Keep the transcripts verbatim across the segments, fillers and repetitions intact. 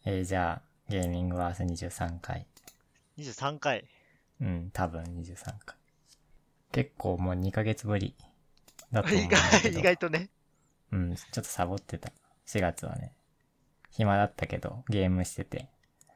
えー、じゃあ、ゲーミングワースにじゅうさんかい。 にじゅうさんかい。 うん、多分にじゅうさんかい。結構もうにかげつぶりだと思うん意だけ外、 ど。 意外とね。 うん、ちょっとサボってた。しがつはね。暇だったけど、ゲームしてて。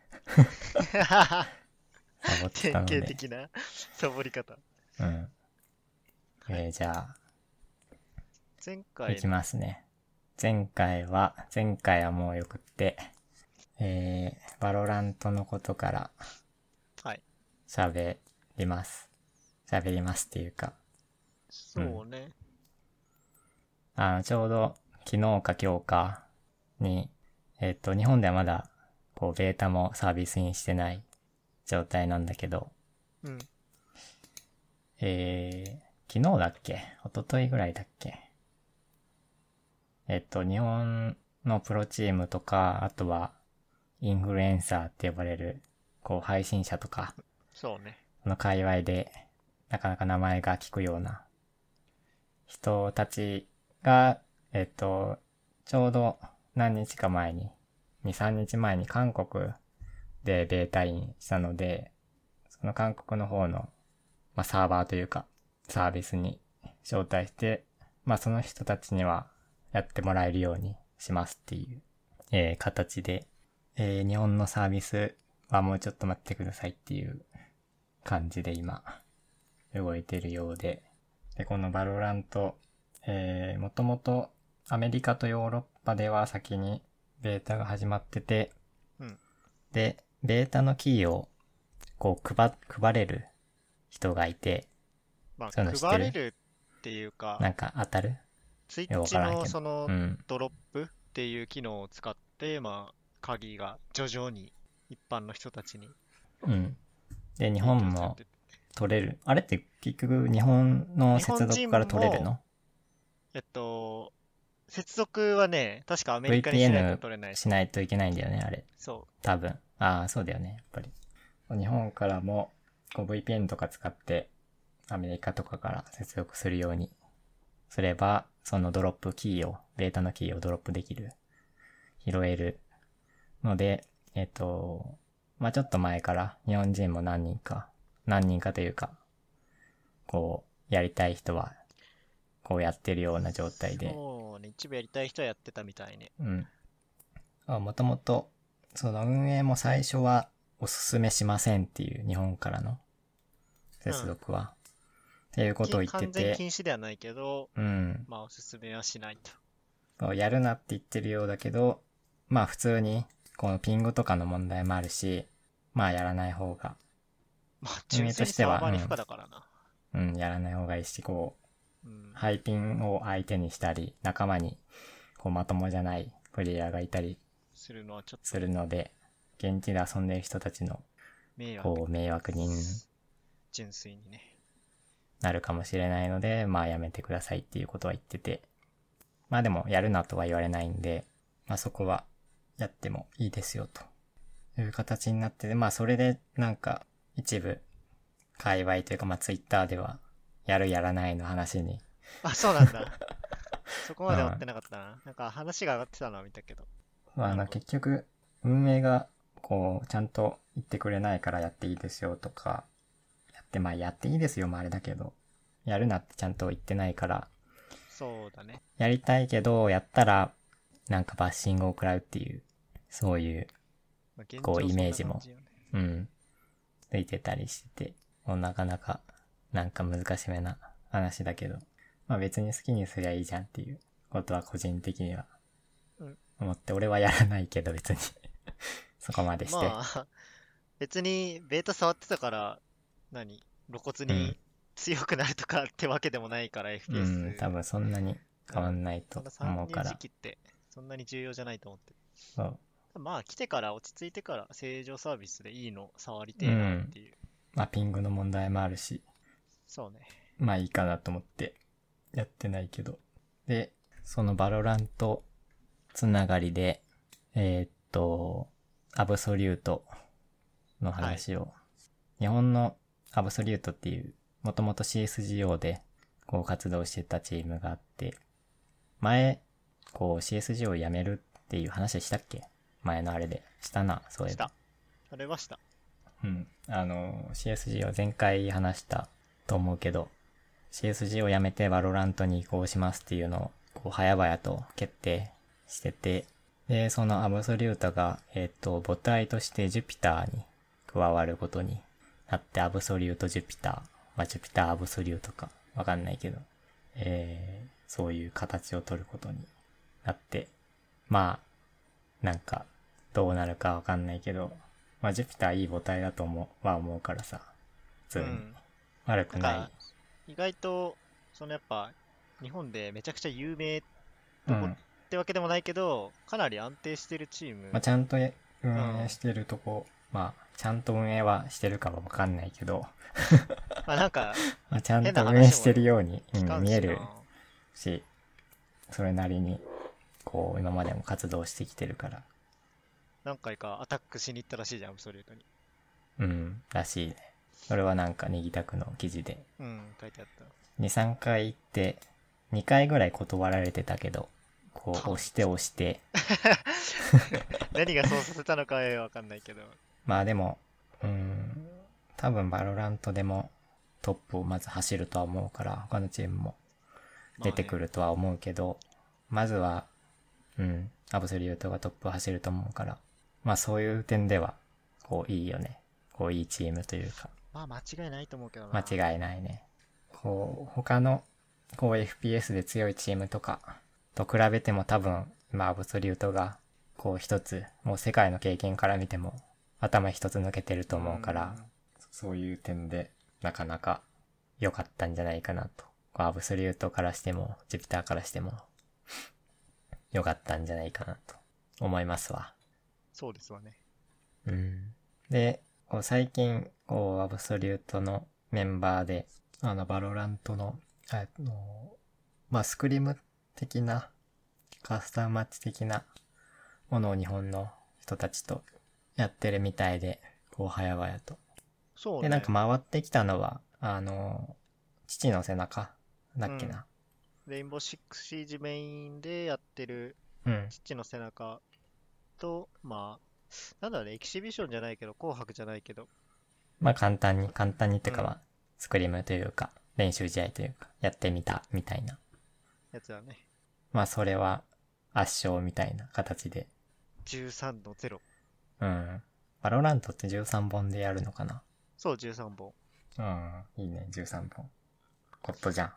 サボってた典ので。 型的なサボり方。 うん。 はい。 えー、じゃあ、 前回の、 いきますね。前回は、前回はもうよくって、えー、バロラントのことからはい。 喋ります。喋りますっていうか、 そうね。 あの、ちょうど昨日か今日かに、えっと、日本ではまだ、こう、ベータもサービスにしてない状態なんだけど、 うん。 えー、昨日だっけ一昨日ぐらいだっけえっと、日本のプロチームとか、あとは、インフルエンサーって呼ばれる、こう、配信者とか、 そうね。 この界隈で、なかなか名前が聞くような人たちが、えっと、ちょうど何日か前に、に、さんにちまえに韓国でベータインしたので、その韓国の方の、まあ、サーバーというか、サービスに招待して、まあ、その人たちにはやってもらえるようにしますっていう、えー、形で、えー、日本のサービスはもうちょっと待ってくださいっていう感じで今、動いてるようで、で、このバロラント、えー、もともとアメリカとヨーロッパでは先にベータが始まってて、 うん。 で、ベータのキーをこう配、配れる人がいて、 まあ、 そういうの知ってる？ 配れるっていうか、 なんか当たる？ ツイよくわッチのからんけど。 そのうん。 ドロップっていう機能を使って、まあ、鍵が徐々に一般の人たちにうん。で、日提本も供されて、 取れる。あれって結局日本の日本接続から人も、 取れるの？ えっと、接続はね、確かアメリカにしないとブイピーエヌ取れない。 しないといけないんだよね、あれ。 そ多分。ああ、そうだよね、やっぱり。日本からもこう ブイピーエヌ とか使ってアメリカとかから接続するようにすれば、そのドロップキーを、ベータのキーをドロップできる、拾えるので、えっと、まあ、ちょっと前から日本人も何人か、何人かというか、こう、やりたい人は、こうやってるような状態う。 で、 そうね、一部やりたい人はやってたみたいね。 うん。もともと、その運営も最初はおすすめしませんっていう日本からの接うん。 続は。っていうことを言って完全て、 禁止ではないけど、 うん。 まあおすすめはしないと。 やるなって言ってるようだけど、まあ普通に、このピングとかの問題もあるし、まあやらない方が、 まあ運純粋に営としては、 サーバーに負荷だからな。 うん、うん、やらない方がいいし、こう、 うん。 ハイピンを相手にしたり、仲間に、こうまともじゃないプレイヤーがいたりするのはちょっすとるので、現地で遊んでる人たちの、 迷惑。 こう、迷惑に純粋にね。 なるかもしれないので、まあやめてくださいっていうことは言ってて、まあでもやるなとは言われないんで、まあそこはやってもいいですよという形になってて、まあそれでなんか一部界隈というかまあツイッターではやるやらないの話に、 あ、そうなんだ。そこうん。 まで追ってなかったな。なんか話が上がってたのは見たけど。 まああのなるほど。 結局運営がこうちゃんと言ってくれないからやっていいですよとか、やってまあやっていいですよもあれだけど、やるなってちゃんと言ってないから、 そうだね。 やりたいけどやったらなんかバッシングを食らうっていう、そういうまあ、現こうイ状そんメージも、 な感じよね。 うん、ついてたりしてて、もうなかなか、なんか難しめな話だけど、まあ別に好きにすりゃいいじゃんっていうことは個人的にはうん。 思って、俺はやらないけど別にそこまでして。 まあ、別にベータ触ってたから、何露骨うん。 に強くなるとかってわけでもないからうん、多エフピーエス。 分そんなに変わうん。 んないとそんな参入思うから。 時期ってそんなに重要じゃないと思ってそう。 る。まあ来てから落ち着いてから正常サービスでいいの触りてえなっうん。 ていう。 まあピングの問題もあるし、 そうね。 まあいいかなと思ってやってないけど。で、そのバロラントつながりで、えーっと、アブソリュートのはい。 話を、日本のアブソリュートっていう、もともと シーエスジーオー でこう活動してたチームがあって、前、こう シーエスジーオー を辞めるっていう話したっけ？ 前のあれで。したな、そういえば。 した。あれはした。 うん。あの、シーエスジー を前回話したと思うけど、シーエスジー をやめてバロラントに移行しますっていうのを、こう、早々と決定してて、で、そのアブソリュートが、えっと、母体としてジュピターに加わることになって、アブソリュートジュピター、まあ、ジュピターアブソリュートか、わかんないけど、えー、そういう形を取ることになって、まあ、なんか、どうなるかわかんないけど、まあ、ジュピターいい母体だと思う、は思うからさ、普通に。 うん。 悪くない。 なんか、意外と、そのやっぱ、日本でめちゃくちゃ有名どこっうん。 てわけでもないけど、かなり安定してるチーまあ、 ム。 ちゃんとうん。 運営してるとこ、まあ、ちゃんと運営はしてるかはわかんないけど、 まあなんか、 まあ、ちゃん変なと運営話もしてるように、うん、 聞かん見えるしな。 し、それなりに、こう、今までも活動してきてるから、 何回かアタックしに行ったらしいじゃん、アブソリュートに。 うん、らしいね。それはなんか、ネギタクの記事で、 うん、書いてあった。 に、さんかい行って、にかいぐらい断られてたけど、こう、 パン押して押して、 何がそうさせたのかはわかんないけど。 まあでも、うん、多分バロラントでもトップをまず走るとは思うから、他のチームも出てくまあね。 るとは思うけど、まずは、うん、アブソリュートがトップを走ると思うから、まあそういう点では、こういいよね。こういいチームというか、 まあ間違いないと思うけどな。 間違いないね。こう、他の、こう エフピーエス で強いチームとか、と比べても多分、まあアブソリュートが、こう一つ、もう世界の経験から見ても、頭一つ抜けてるうと思うから、 ん。 そういう点で、なかなか良かったんじゃないかなと。こうアブソリュートからしても、ジュピターからしても、良かったんじゃないかなと思いますわ。 そうですわね。 うん。で、こう最近、こう、アブソリュートのメンバーで、あの、バロラントの、あの、まあ、スクリーム的な、カスタムマッチ的なものを日本の人たちとやってるみたいで、こう、早々と。で、なんかそうね。 回ってきたのは、あの、父の背中だうん。 っけな。 レインボーシックスシージメインでやってるうん。 父の背中と、まあ、なんだろうね、エキシビションじゃないけど、紅白じゃないけど、 まあ、簡単に、簡単にっていうかまうん、 あ、スクリームというか、練習試合というか、やってみた、みたいな。 やつだね。 まあ、それは圧勝みたいな形で。 じゅうさんのゼロ。 うん。バロラントってじゅうさんぼんでやるのかな？ そう、じゅうさんぼん。 うん。いいね、じゅうさんぼん。コットじゃん。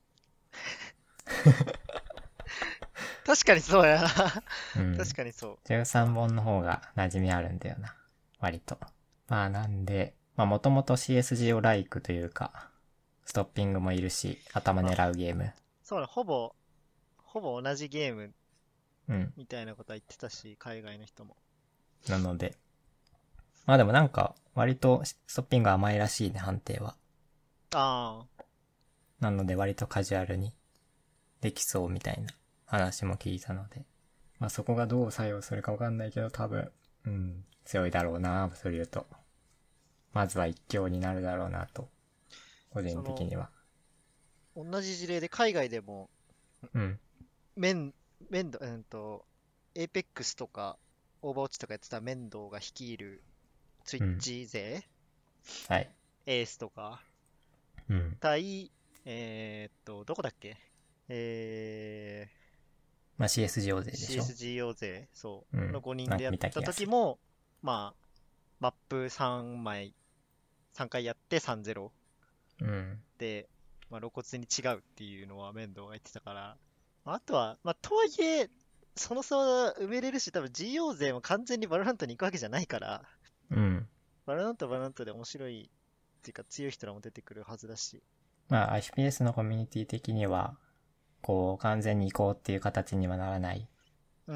確かにそうやな。 う確ん。 かにそじゅうさんぼんの方が馴染みあるんだよな。割と。まあなんで、まあもともと シーエスジー をライクというか、ストッピングもいるし、頭う。まあ、 狙うゲーム。 そうね、ほぼ、ほぼ同じゲームうん。 みたいなことは言ってたし、海外の人も。 なので。まあでもなんか、割とストッピング甘いらしいね、判定は。 ああ、 なので割とカジュアルにできそうみたいな話も聞いたので。まあそこがどう作用するかわかんないけど多分、うん、強いだろうな、それ言うと。まずは一強になるだろうなと、個人その、 的には。 同じ事例で海外でも、 うん。 メン、メンド、うんと、エイペックスとか、オーバーウォッチとかやってたメンドが率いるツイッうん。 チ勢、 はい。 エースとか、 うん。 対、えーっと、どこだっけえまあ シーエスジーオー 勢ー、 でしょ？ シーエスジーオー 勢、そう、のうん。 ごにんなんかでやった見た気がする。 時も、まあ、マップさんまい、さんかいやってさんゼロうん。 で、まあ、露骨に違うっていうのは面倒が言ってたから、あとは、まあ、とはいえ、その差は埋めれるし、多分 ジーオー 勢も完全にバロラントに行くわけじゃないから、 うん。 バロラントはバロラントで面白いっていうか強い人らも出てくるはずだし。 まあ エフピーエス のコミュニティ的には、こう完全に移行っていう形にはならない。 うん。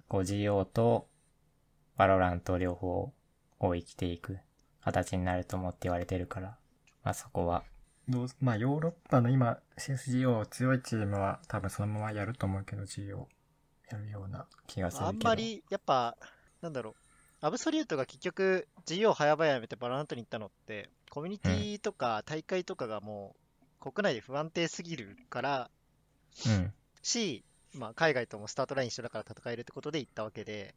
こう ジーオー とバロラント両方を生きていく形になると思って言われてるから、まあそこは。どうまあヨーロッパの今 シーエスジーオー 強いチームは多分そのままやると思うけど ジーオー やるような気がすあるけど。 んまり、やっぱ、なんだろう。アブソリュートが結局 ジーオー 早々やめてバロラントに行ったのって、コミュニテうん。 ィとか大会とかがもう国内で不安定すぎるからうん。 し、まあ海外ともスタートライン一緒だから戦えるってことで行ったわけで、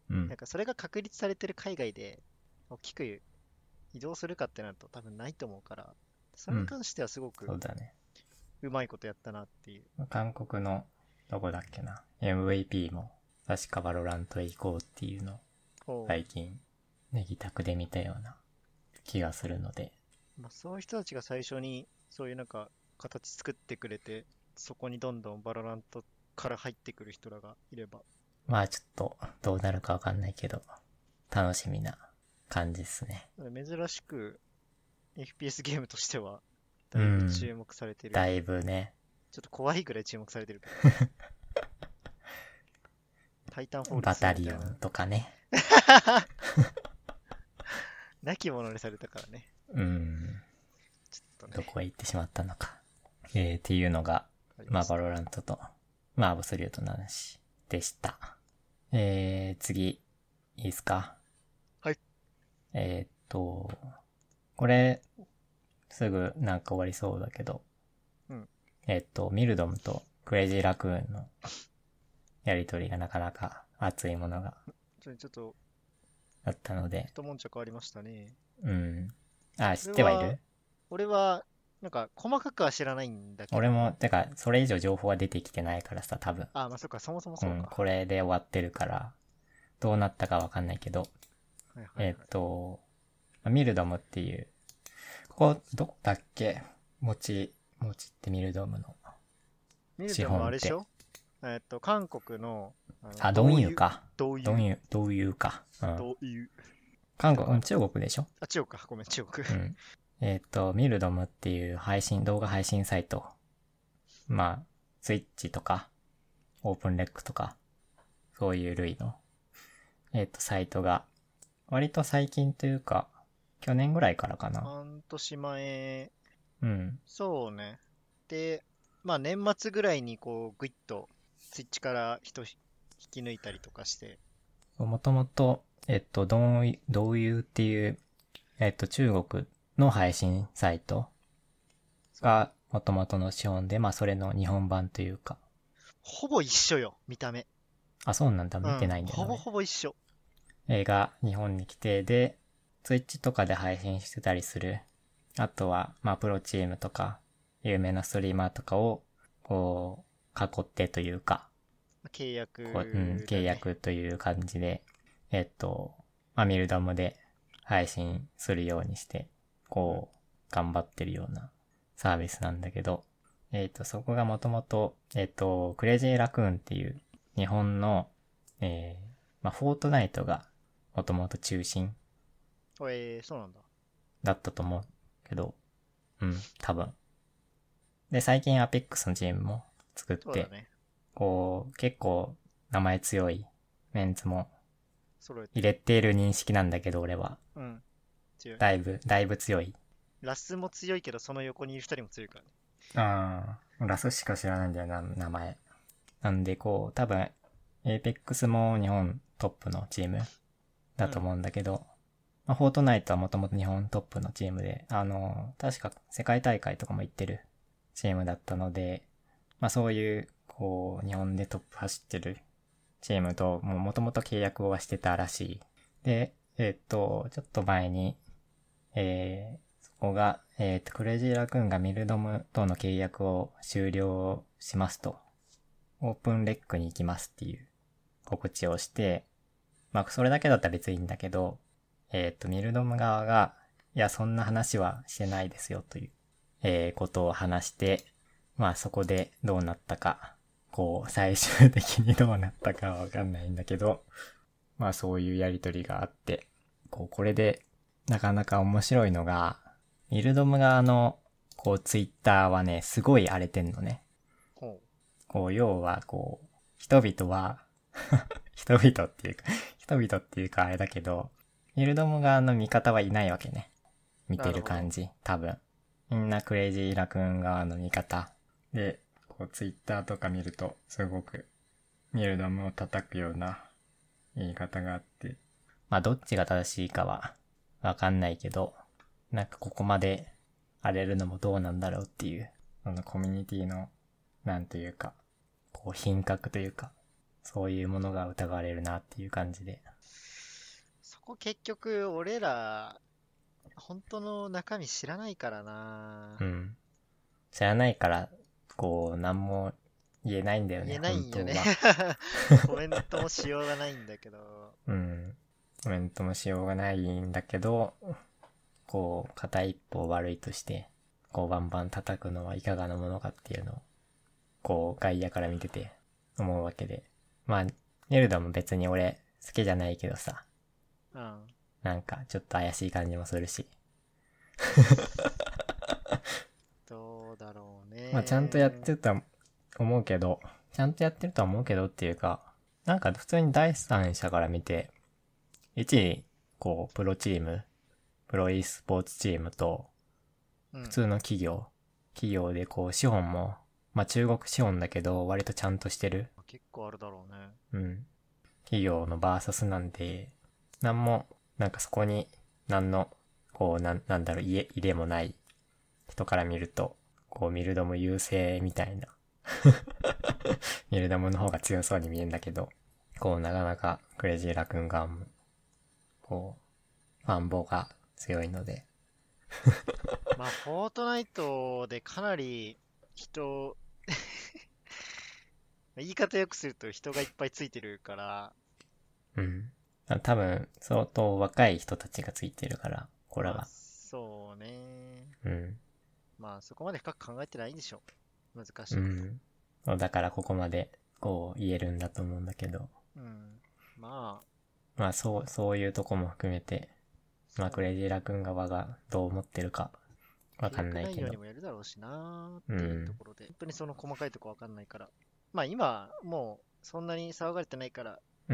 うんなんかそれが確立されてる海外で大きく移動するかってなると多分ないと思うから、それにうん。 関してはすごくそうだね。 うまいことやったなっていう。 韓国の、どこだっけな。エムブイピー も、確かバロラントへ行こうっていうのをほ最近、ネギタクで見たような気がするので。 う。まあ、そういう人たちが最初にそういうなんか形作ってくれて、そこにどんどんバロラントから入ってくる人らがいれば。 まあちょっと、どうなるかわかんないけど、楽しみな感じですね。 珍しく エフピーエス ゲームとしてはだいぶ注目されてる。 だいぶね。 ちょっと怖いぐらい注目されてるけど。タイタンフォールズバタみたいな。 リオンとかね。 亡き者にされたからね。 うん。 ちょっとね。 どこへ行ってしまったのか。えー、っていうのが、まあバロラントと、まあアブソリュートの話でした。えー、次、いいですか？ はい。 えーっと、これ、すぐなんか終わりそうだけど、 うん。 えーっと、ミルドムとクレイジーラクーンのやりとりがなかなか熱いものがちょちょっと、 あったので、 一悶着変わりましたね。 うん。あ、知ってはいる？ 俺は、なんか、細かくは知らないんだけど。 俺も、てか、それ以上情報は出てきてないからさ、多分。 あ、まあそっか、そもそもうん、 そうか。 これで終わってるから、どうなったかわかんないけど、 はいはいはい。 えっと、ミルドムっていう、ここ、どこだっけ？もち、もちってミルドムの。 ミルドムあれでしょ？えっと、韓国の、あのあ、ドンユーか。 どういう、 ドンユー、ドンユーか。うん。 どういう。 韓国、うん、中国でしょ？ あ、中国か。ごめん、中国。 うん。えっと、ミルドムっていう配信、動画配信サイト。まあ、スイッチとか、オープンレックとか、そういう類の、えっと、サイトが、割と最近というか、去年ぐらいからかな。 半年前、 うん。 そうね。で、まあ年末ぐらいにこう、グイッと、スイッチから人引き抜いたりとかして。 もともと、えっと、どうい、どういうっていう、えっと、中国の配信サイトが、もともとの資本で、まあ、それの日本版というか。 ほぼ一緒よ、見た目。 あ、そうなんだ。 うん、 見てないんだよな。 ほぼほぼ一緒。 映画、日本に来て、で、ツイッチとかで配信してたりする。あとは、まあ、プロチームとか、有名なストリーマーとかを、こう、囲ってというか、 契約、 こう、うん、契約という感じで、えっと、まあ、ミルドムで配信するようにして、こう、頑張ってるようなサービスなんだけど、えっと、そこがもともと、えっと、クレイジーラクーンっていう日本の、えー、まあ、フォートナイトがもともと中心えー、そうなんだ。 だったと思うけど、うん、多分。で、最近アペックスのチームも作って、 ね、 こう、結構名前強いメンツも入れている認識なんだけど、俺は。 うん。強い。 だいぶ、だいぶ強い。 ラスも強いけど、その横にいる二人も強いからね。 ああ、ラスしか知らないんだよな、名前。なんで、こう、多分、エーペックスも日本トップのチームだと思うんだけど、うん、まあ、フォートナイトはもともと日本トップのチームで、あの、確か世界大会とかも行ってるチームだったので、まあそういう、こう、日本でトップ走ってるチームと、もともと契約をはしてたらしい。で、えー、っと、ちょっと前に、えー、そこが、えー、っと、クレイジーラクーンがミルドムとの契約を終了しますと、オープンレックに行きますっていう告知をして、まあそれだけだったら別にいいんだけど、えー、っと、ミルドム側が、いや、そんな話はしてないですよという、えー、ことを話して、まあそこでどうなったか、こう、最終的にどうなったかはわかんないんだけど、まあそういうやりとりがあって、こう、これで、なかなか面白いのが、ミルドム側の、こう、ツイッターはね、すごい荒れてんのね。 ほう。 こう、要は、こう、人々は、人々っていうか、人々っていうかあれだけど、ミルドム側の味方はいないわけね。見てる感じ、多分。みんなクレイジーラクーン側の味方。で、こう、ツイッターとか見ると、すごく、ミルドムを叩くような言い方があって、まあ、どっちが正しいかは、わかんないけど、なんかここまで荒れるのもどうなんだろうっていう、そのコミュニティの、なんというか、こう品格というか、そういうものが疑われるなっていう感じで。 こ結局、俺ら、本当の中身知らないからな。 うん。知らないから、こう、なんも言えないんだよね、 言えない本んよね。 当は。 コメントもしようがないんだけど。 うん。コメントもしようがないんだけど、こう、片一方悪いとして、こう、バンバン叩くのはいかがなものかっていうのを、こう、外野から見てて思うわけで。まあ、ネルダも別に俺好きじゃないけどさ、 うん。 なんかちょっと怪しい感じもするし。 どうだろうまあちゃんとやっね。 てるとは思うけど、ちゃんとやってるとは思うけどっていうか、なんか普通に第三者から見て、一、こう、プロチーム、プロ e スポーツチームと、 うん。 普通の企業、企業でこう、資本も、まあ中国資本だけど、割とちゃんとしてる。 結構あるだろうね。 うん。企業のバーサスなんで、なんも、なんかそこに、なんの、こう、なん、なんだろう、入れもない人から見ると、こう、ミルドム優勢みたいな。ミルドムの方が強そうに見えるんだけど、こう、なかなかクレイジーラクーンガンも、こう、ファンボが強いので。 まあ、フォートナイトでかなり人、言い方よくすると人がいっぱいついてるから、 うん。多分、相当若い人たちがついてるから、これまあ、 は。 そうね。 うん。 まあ、そこまで深く考えてないんでしょう。難しいこと。 うん。だからここまで、こう、言えるんだと思うんだけど。 うん。まあ、 まあ、そう、そういうとこも含めて、まあ、クレイジーラクーン側がどう思ってるか、わか契約んないけど。 内容にもよるだろうしなーっていうとうん。 ころで、本当にその細かいとこわかんないから。まあ今、もうそんなに騒がれてないから、 うん。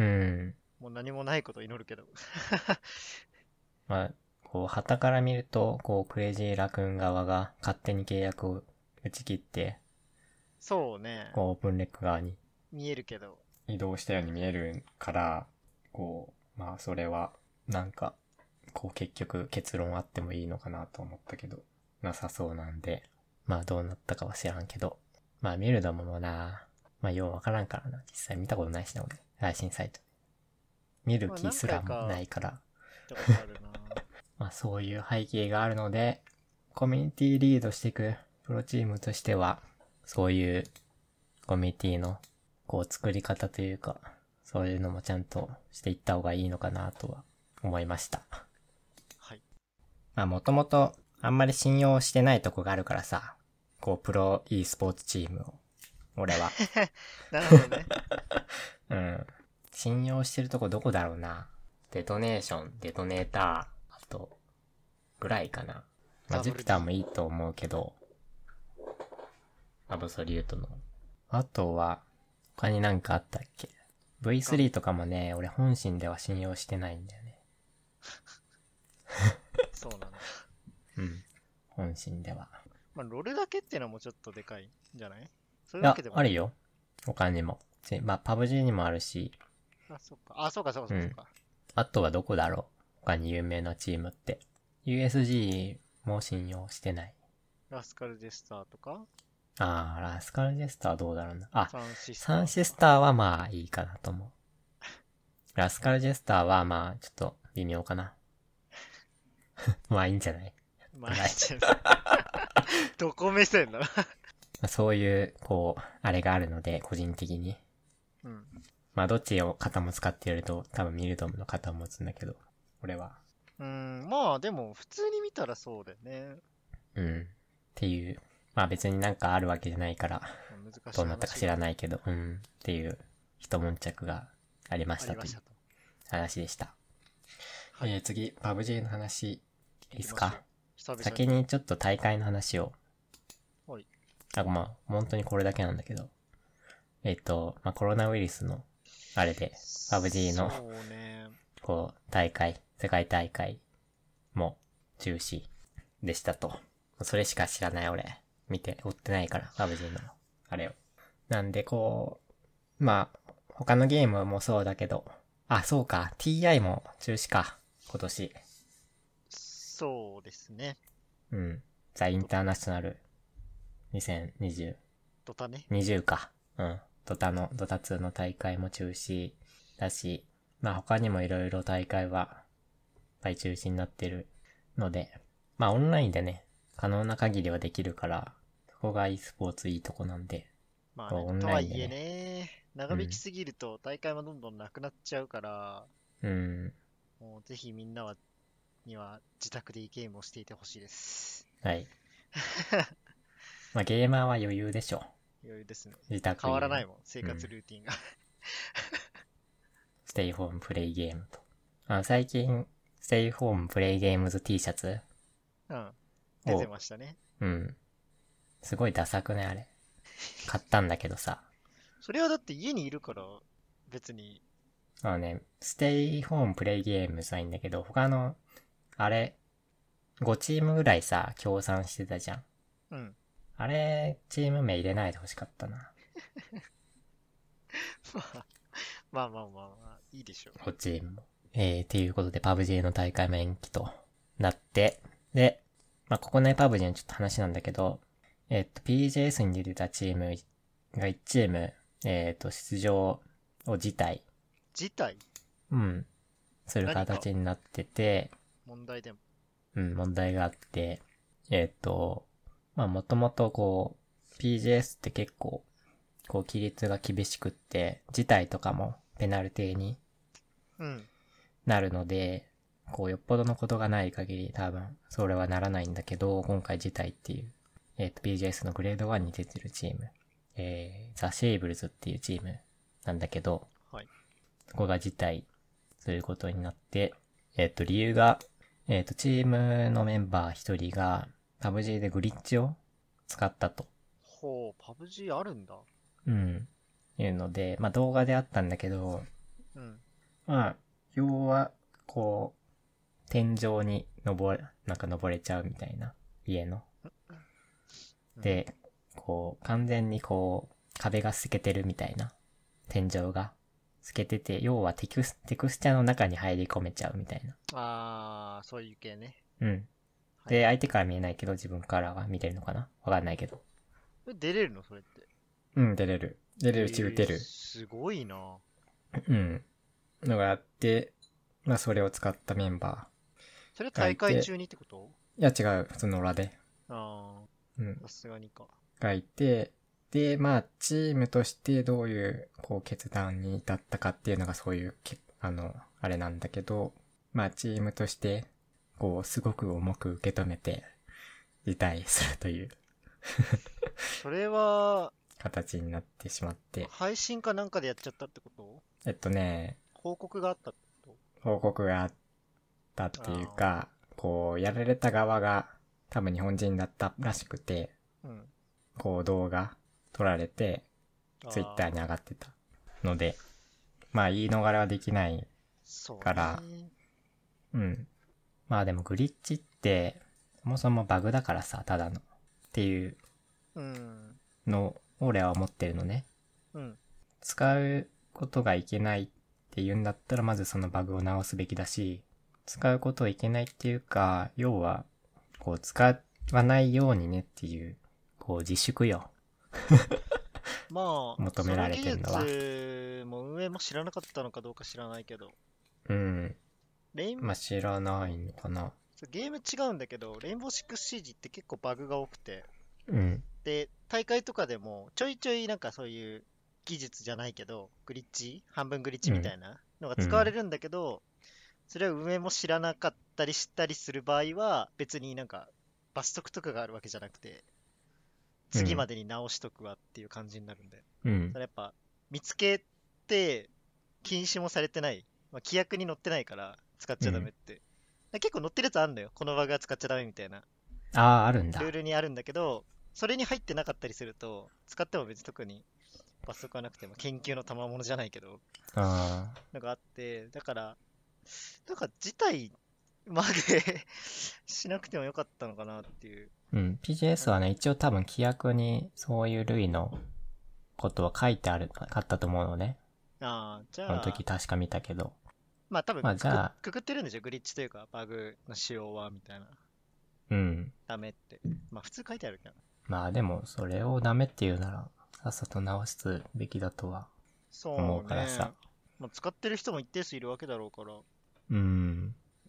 もう何もないことを祈るけど。 まあ、こう、旗から見ると、こう、クレイジーラクーン側が勝手に契約を打ち切って、 そうね。 こう、オープンレック側に見えるけど。 移動したように見えるから、こう、まあ、それは、なんか、こう、結局結論あってもいいのかなと思ったけど、なさそうなんで、まあ、どうなったかは知らんけど、まあ、見るのもな、まあ、ようわからんからな。実際見たことないしな、俺。配信サイト。見るまあ何気すらも回かないから、 見たことあるな。 まあそういう背景があるので、コミュニティリードしていくプロチームとしては、そういうコミュニティのこう作り方というか、そういうのもちゃんとしていった方がいいのかなとは思いました。 はい。 まあもともとあんまり信用してないとこがあるからさ、こうプロ e スポーツチームを、俺は。 なるほどね。 うん。信用してるとこどこだろうな。デトネーション、デトネーター、あと、ぐらいかな。まあ、ジュピターもいいと思うけど、アブソリュートの。あとは、他になんかあったっけ？ ブイスリー とかもね、俺本心では信用してないんだよね。 そうなんだ。 うん。本心では。 まあ、ロールだけっていうのはもうちょっとでかいんじゃない？そういいや、 うわけでもない。 あるよ。他にも。ちまあ、パブジー にもあるし、 あ、そっか。あ、そうか、そうか、 うん。 そうかそうか。 あとはどこだろう？他に有名なチームって。ユーエスジー も信用してない。 ラスカルデスターとか、 あー、ラスカルジェスターはどうだろうな。あ、 サンシスタサンーとか。 シスターはまあいいかなと思う。ラスカルジェスターはまあちょっと微妙かな。まあいいんじゃない？ まあ、じゃあどこ目線なの？ そういう、こう、あれがあるので、個人的に。 うん。 まあどっちを肩持つかって言われると、多分ミルドムの肩を持つんだけど、俺は。 うーん、まあでも普通に見たらそうだよね。 うん。っていう。まあ別になんかあるわけじゃないから、 難しいどうなったか知話がらないけど、うん。っていう、一悶着がありましたというありましたと。 話でした。 はい。 えー、次、パブジー の話、いいですか？ 久々に。 先にちょっと大会の話を。 はい。 あ、まあ、本当にこれだけなんだけど。えっと、まあコロナウイルスの、あれで、パブジー の、 そうね。 こう、大会、世界大会も中止でしたと。それしか知らない俺。見て、追ってないから、パブジー の、あれを。なんでこう、まあ、他のゲームもそうだけど、あ、そうか、ティーアイ も中止か、今年。 そうですね。 うん。ザ・インターナショナルにせんにじゅう。 ドタね。 にじゅうか。うん。ドタの、ドタツーの大会も中止だし、まあ他にもいろいろ大会はぱい中止になってるので、まあオンラインでね、可能な限りはできるから、そこが e スポーツいいとこなんで、 まあ、ね、 こうオンとはいえラインでね、 ね、長引きすぎると大会もどんどんなくなっちゃうから、 うん、 もうぜひみんなは、には自宅でゲームをしていてほしいです。 はい。まあゲーマーは余裕でしょ。 余裕ですね。 自宅いるの。 変わらないもん、生うん。 活ルーティンが。 ステイホームプレイゲームと。あ、最近、ステイホームプレイゲームズ T シャツうん。出てましたね。 うん。すごいダサくね、あれ。買ったんだけどさ。 それはだって家にいるから、別に。 あのね、ステイホームプレイゲームズはいいんだけど、他の、あれ、ごチームぐらいさ、協賛してたじゃん。 うん。 あれ、チーム名入れないでほしかったな。 まあまあまあまあまあ、いいでしょう。 ごチームも。えー、っていうことで パブジー の大会も延期となって、で、まあ、ここね、パブジー のちょっと話なんだけど、えっと、ピージェーエス に出てたチームがいちチーム、えっと、出場を辞退。 事態うん。する形になってて、 問題でも。 うん、問題があって、えっと、まあ、もともとこう、ピージェーエス って結構、こう、規律が厳しくって、辞退とかもペナルティにうん。 なるので、こう、よっぽどのことがない限り多分、それはならないんだけど、今回辞退っていう、えっと、ピージェーエス のグレードワンに出てるチーム、えー、ザ・シェイブルズっていうチームなんだけど、 はい。 そこが辞退することになって、えっと、理由が、えっと、チームのメンバー一人が、パブジー でグリッチを使ったと。 ほう、パブジー あるんだ。 うん。いうので、まあ動画であったんだけど、 うん。 まあ、要は、こう、天井に登れ、なんか登れちゃうみたいな、家の。で、こう、完全にこう、壁が透けてるみたいな。天井が透けてて、要はテクス、テクスチャの中に入り込めちゃうみたいな。 あー、そういう系ね。 うん。 はい、 で、相手から見えないけど自分からは見れるのかなわかんないけど。 え出れるのそれって。 うん、出れる。出れるしえー打てる。 すごいな。 うん。のがあって、まあそれを使ったメンバそれーがいて、 大会中にってこと？ いや違う、普通の裏で。 あうんー、。さすがにか。 がいて、で、まあ、チームとしてどういう、こう、決断に至ったかっていうのがそういう、けあの、あれなんだけど、まあ、チームとして、こう、すごく重く受け止めて、辞退するというそれは、 形になってしまって、 配信かなんかでやっちゃったってこと？ えっとね、 報告があったってこ報告があったっていうか、こう、やられた側が多分日本人だったらしくて、 と？うん。 こう動画撮られて、ツイッターに上がってたので、まあ言い逃れはできないそうね。 からうん。まあでもグリッチって、そもそもバグだからさ、ただの。っていううん。 のを俺は思ってるのね。 うん。 使うことがいけないって言うんだったら、まずそのバグを直すべきだし、使うことをいけないっていうか、要は、こう使わないようにねっていう、こう自粛よ。 まあ、 求められてんのはその技術も運営も知らなかったのかどうか知らないけど、 うん。 レイン、 まあ知らないのかな。 ゲーム違うんだけど、レインボーシックスシージって結構バグが多くて、 うん。 で、大会とかでもちょいちょいなんかそういう技術じゃないけど、グリッチ半分グリッチみたいなのが使われるんだけど、それは運営も知らなかったり知ったりする場合は、別になんか罰則とかがあるわけじゃなくて、次までに直しとくわっていう感じになるんで。 うん。 それやっぱ、見つけて禁止もされてない。まあ、規約に載ってないから使っちゃダメって。結構載ってるやつあるんだよ。このバグは使っちゃダメみたいな。 ああ、あるんだ。 ルールにあるんだけど、それに入ってなかったりすると、使っても別に特に罰則はなくても研究の賜物じゃないけど、 ああ。 のがあって、だから、なんか事態までしなくてもよかったのかなっていう。 うん。ピージーエス はね、一応多分規約にそういう類のことは書いてある、あったと思うのね。 ああ、じゃあ、 この時確か見たけど。 まあ多分くく、 まあじゃあくくってるんでしょ、グリッチというか、バグの仕様は、みたいな。 うん。 ダメって。まあ普通書いてあるけど。 まあでも、それをダメって言うなら、さっさと直すべきだとはそう思うからね。 さ。 まあ、使ってる人も一定数いるわけだろうから、 うん。 そこ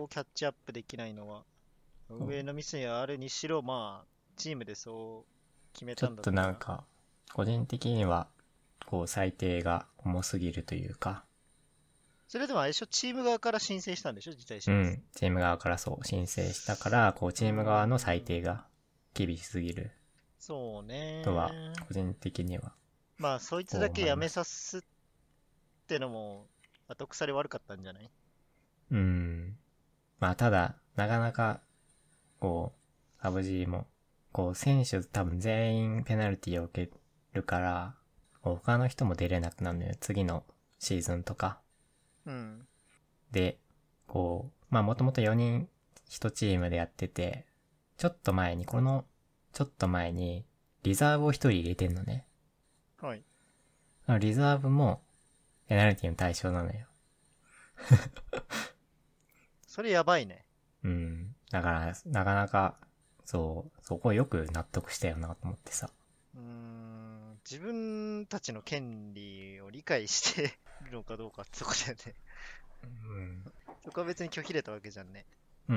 をキャッチアップできないのは、運営のミスにあるにしろ、まあ、チームでそう決めちょっとたんだろうな。 なんか、個人的には、こう、裁定が重すぎるというか、 それでもあれでしょ、チーム側から申請したんでしょ、辞退します。 うん、チーム側からそう申請したから、こう、チーム側の裁定が厳しすぎるそうね。 とは、個人的には、 まあ、そいつだけ辞めさすってのも、後腐れ悪かったんじゃない？ うん。まあ、ただ、なかなか、こう、パブジー も、こう、選手多分全員ペナルティを受けるから、他の人も出れなくなるのよ。次のシーズンとか。 うん。 で、こう、まあもともとよにんいちチームでやってて、ちょっと前に、この、ちょっと前に、リザーブをひとり入れてんのね。 はい。 リザーブも、ペナルティの対象なのよ。 それやばいね。 うん。だから、なかなか、そう、そこよく納得したよなと思ってさ。 うーん。自分たちの権利を理解してるのかどうかってとこだよね。 うん。 そこは別に拒否れたわけじゃんね。 うん、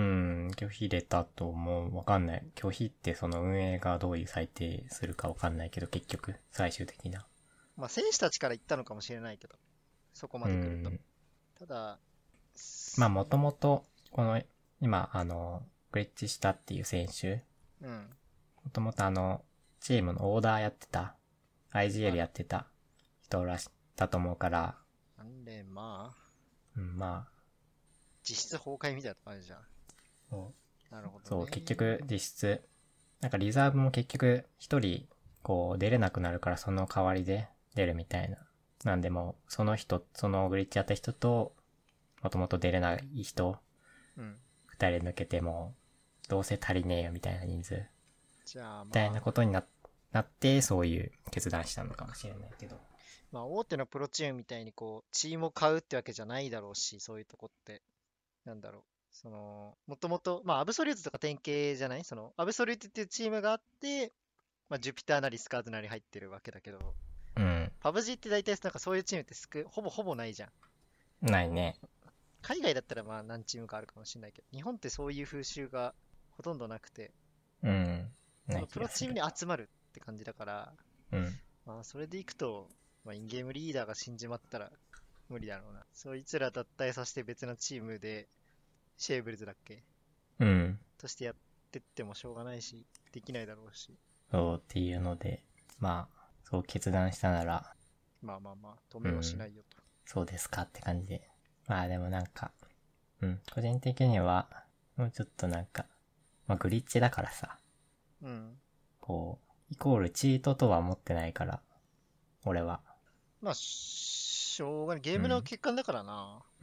拒否入れたと思う。わかんない。拒否ってその運営がどういう裁定するかわかんないけど、結局、最終的な。 まあ、選手たちから言ったのかもしれないけど、そこまうで来ると。 ん。 ただ、 まあ、もともと、この、今、あの、グレッチしたっていう選手、 うん。 もともとあの、チームのオーダーやってた、アイジーエルはいやってた人らしたと思うから、 なんで、まあ、 うん、まあ、 実質崩壊みたいな感じじゃん。 そうなるほど、ね。 そう、結局、実質、なんかリザーブも結局、一人、こう、出れなくなるからその代わりで出るみたいな。なんでもう、その人、そのグリッチやった人と、もともと出れない人、 うん。 二人抜けても、どうせ足りねえよみたいな人数、 じゃあ、 みたいなまあ、 ことにな、なって、そういう決断したのかもしれないけど。 まあ、大手のプロチームみたいにこう、チームを買うってわけじゃないだろうし、そういうとこって、なんだろう。その、もともと、まあ、アブソリュートとか典型じゃないその、アブソリュートっていうチームがあって、まあ、ジュピターなりスカーズなり入ってるわけだけど、 うん。 パブジーって大体なんかそういうチームってすく、ほぼほぼないじゃん。 ないね。 海外だったらまあ何チームかあるかもしれないけど、日本ってそういう風習がほとんどなくて、 うん。ないそのプ気がする。 ロチームに集まるって感じだから、 うん。 まあそれでいくと、まあ、インゲームリーダーが死んじまったら無理だろうな。そいつら脱退させて別のチームで、シェーブルズだっけうん。 としてやってってもしょうがないし、できないだろうし。 そうっていうので、まあ、そう決断したなら、 まあまあまあ、止めはしないよと。 そうですかって感じで。まあでもなんか、うん、個人的には、もうちょっとなんか、まあグリッチだからさ、 うん。 こう、イコールチートとは思ってないから、俺は。 まあ、しょうがない。ゲームの欠陥だからな。 うん。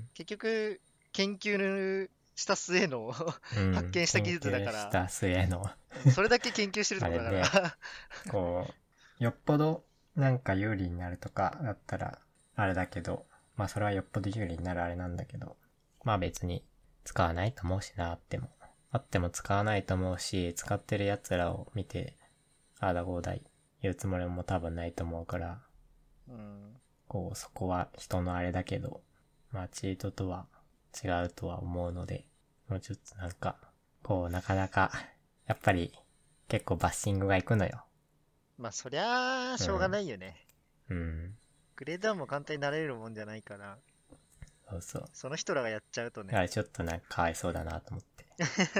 結局、研究した末のうん。 発見した技術だか研究したら、 末の、 それだけ研究してるってことだあから。 こう、よっぽどなんか有利になるとかだったら、あれだけど、まあそれはよっぽど有利になるあれなんだけど、まあ別に使わないと思うしな、あっても。あっても使わないと思うし、使ってる奴らを見て、ああだこうだ言うつもりも多分ないと思うから、 うん。 こうそこは人のあれだけど、まあチートとは違うとは思うので、もうちょっとなんか、こうなかなか、やっぱり結構バッシングがいくのよ。 まあ、そりゃあ、しょうがないよね。 うん。 グレードワンも簡単になれるもんじゃないから、 そうそう。 その人らがやっちゃうとね。 だからちょっとなんかかわいそうだなと思って。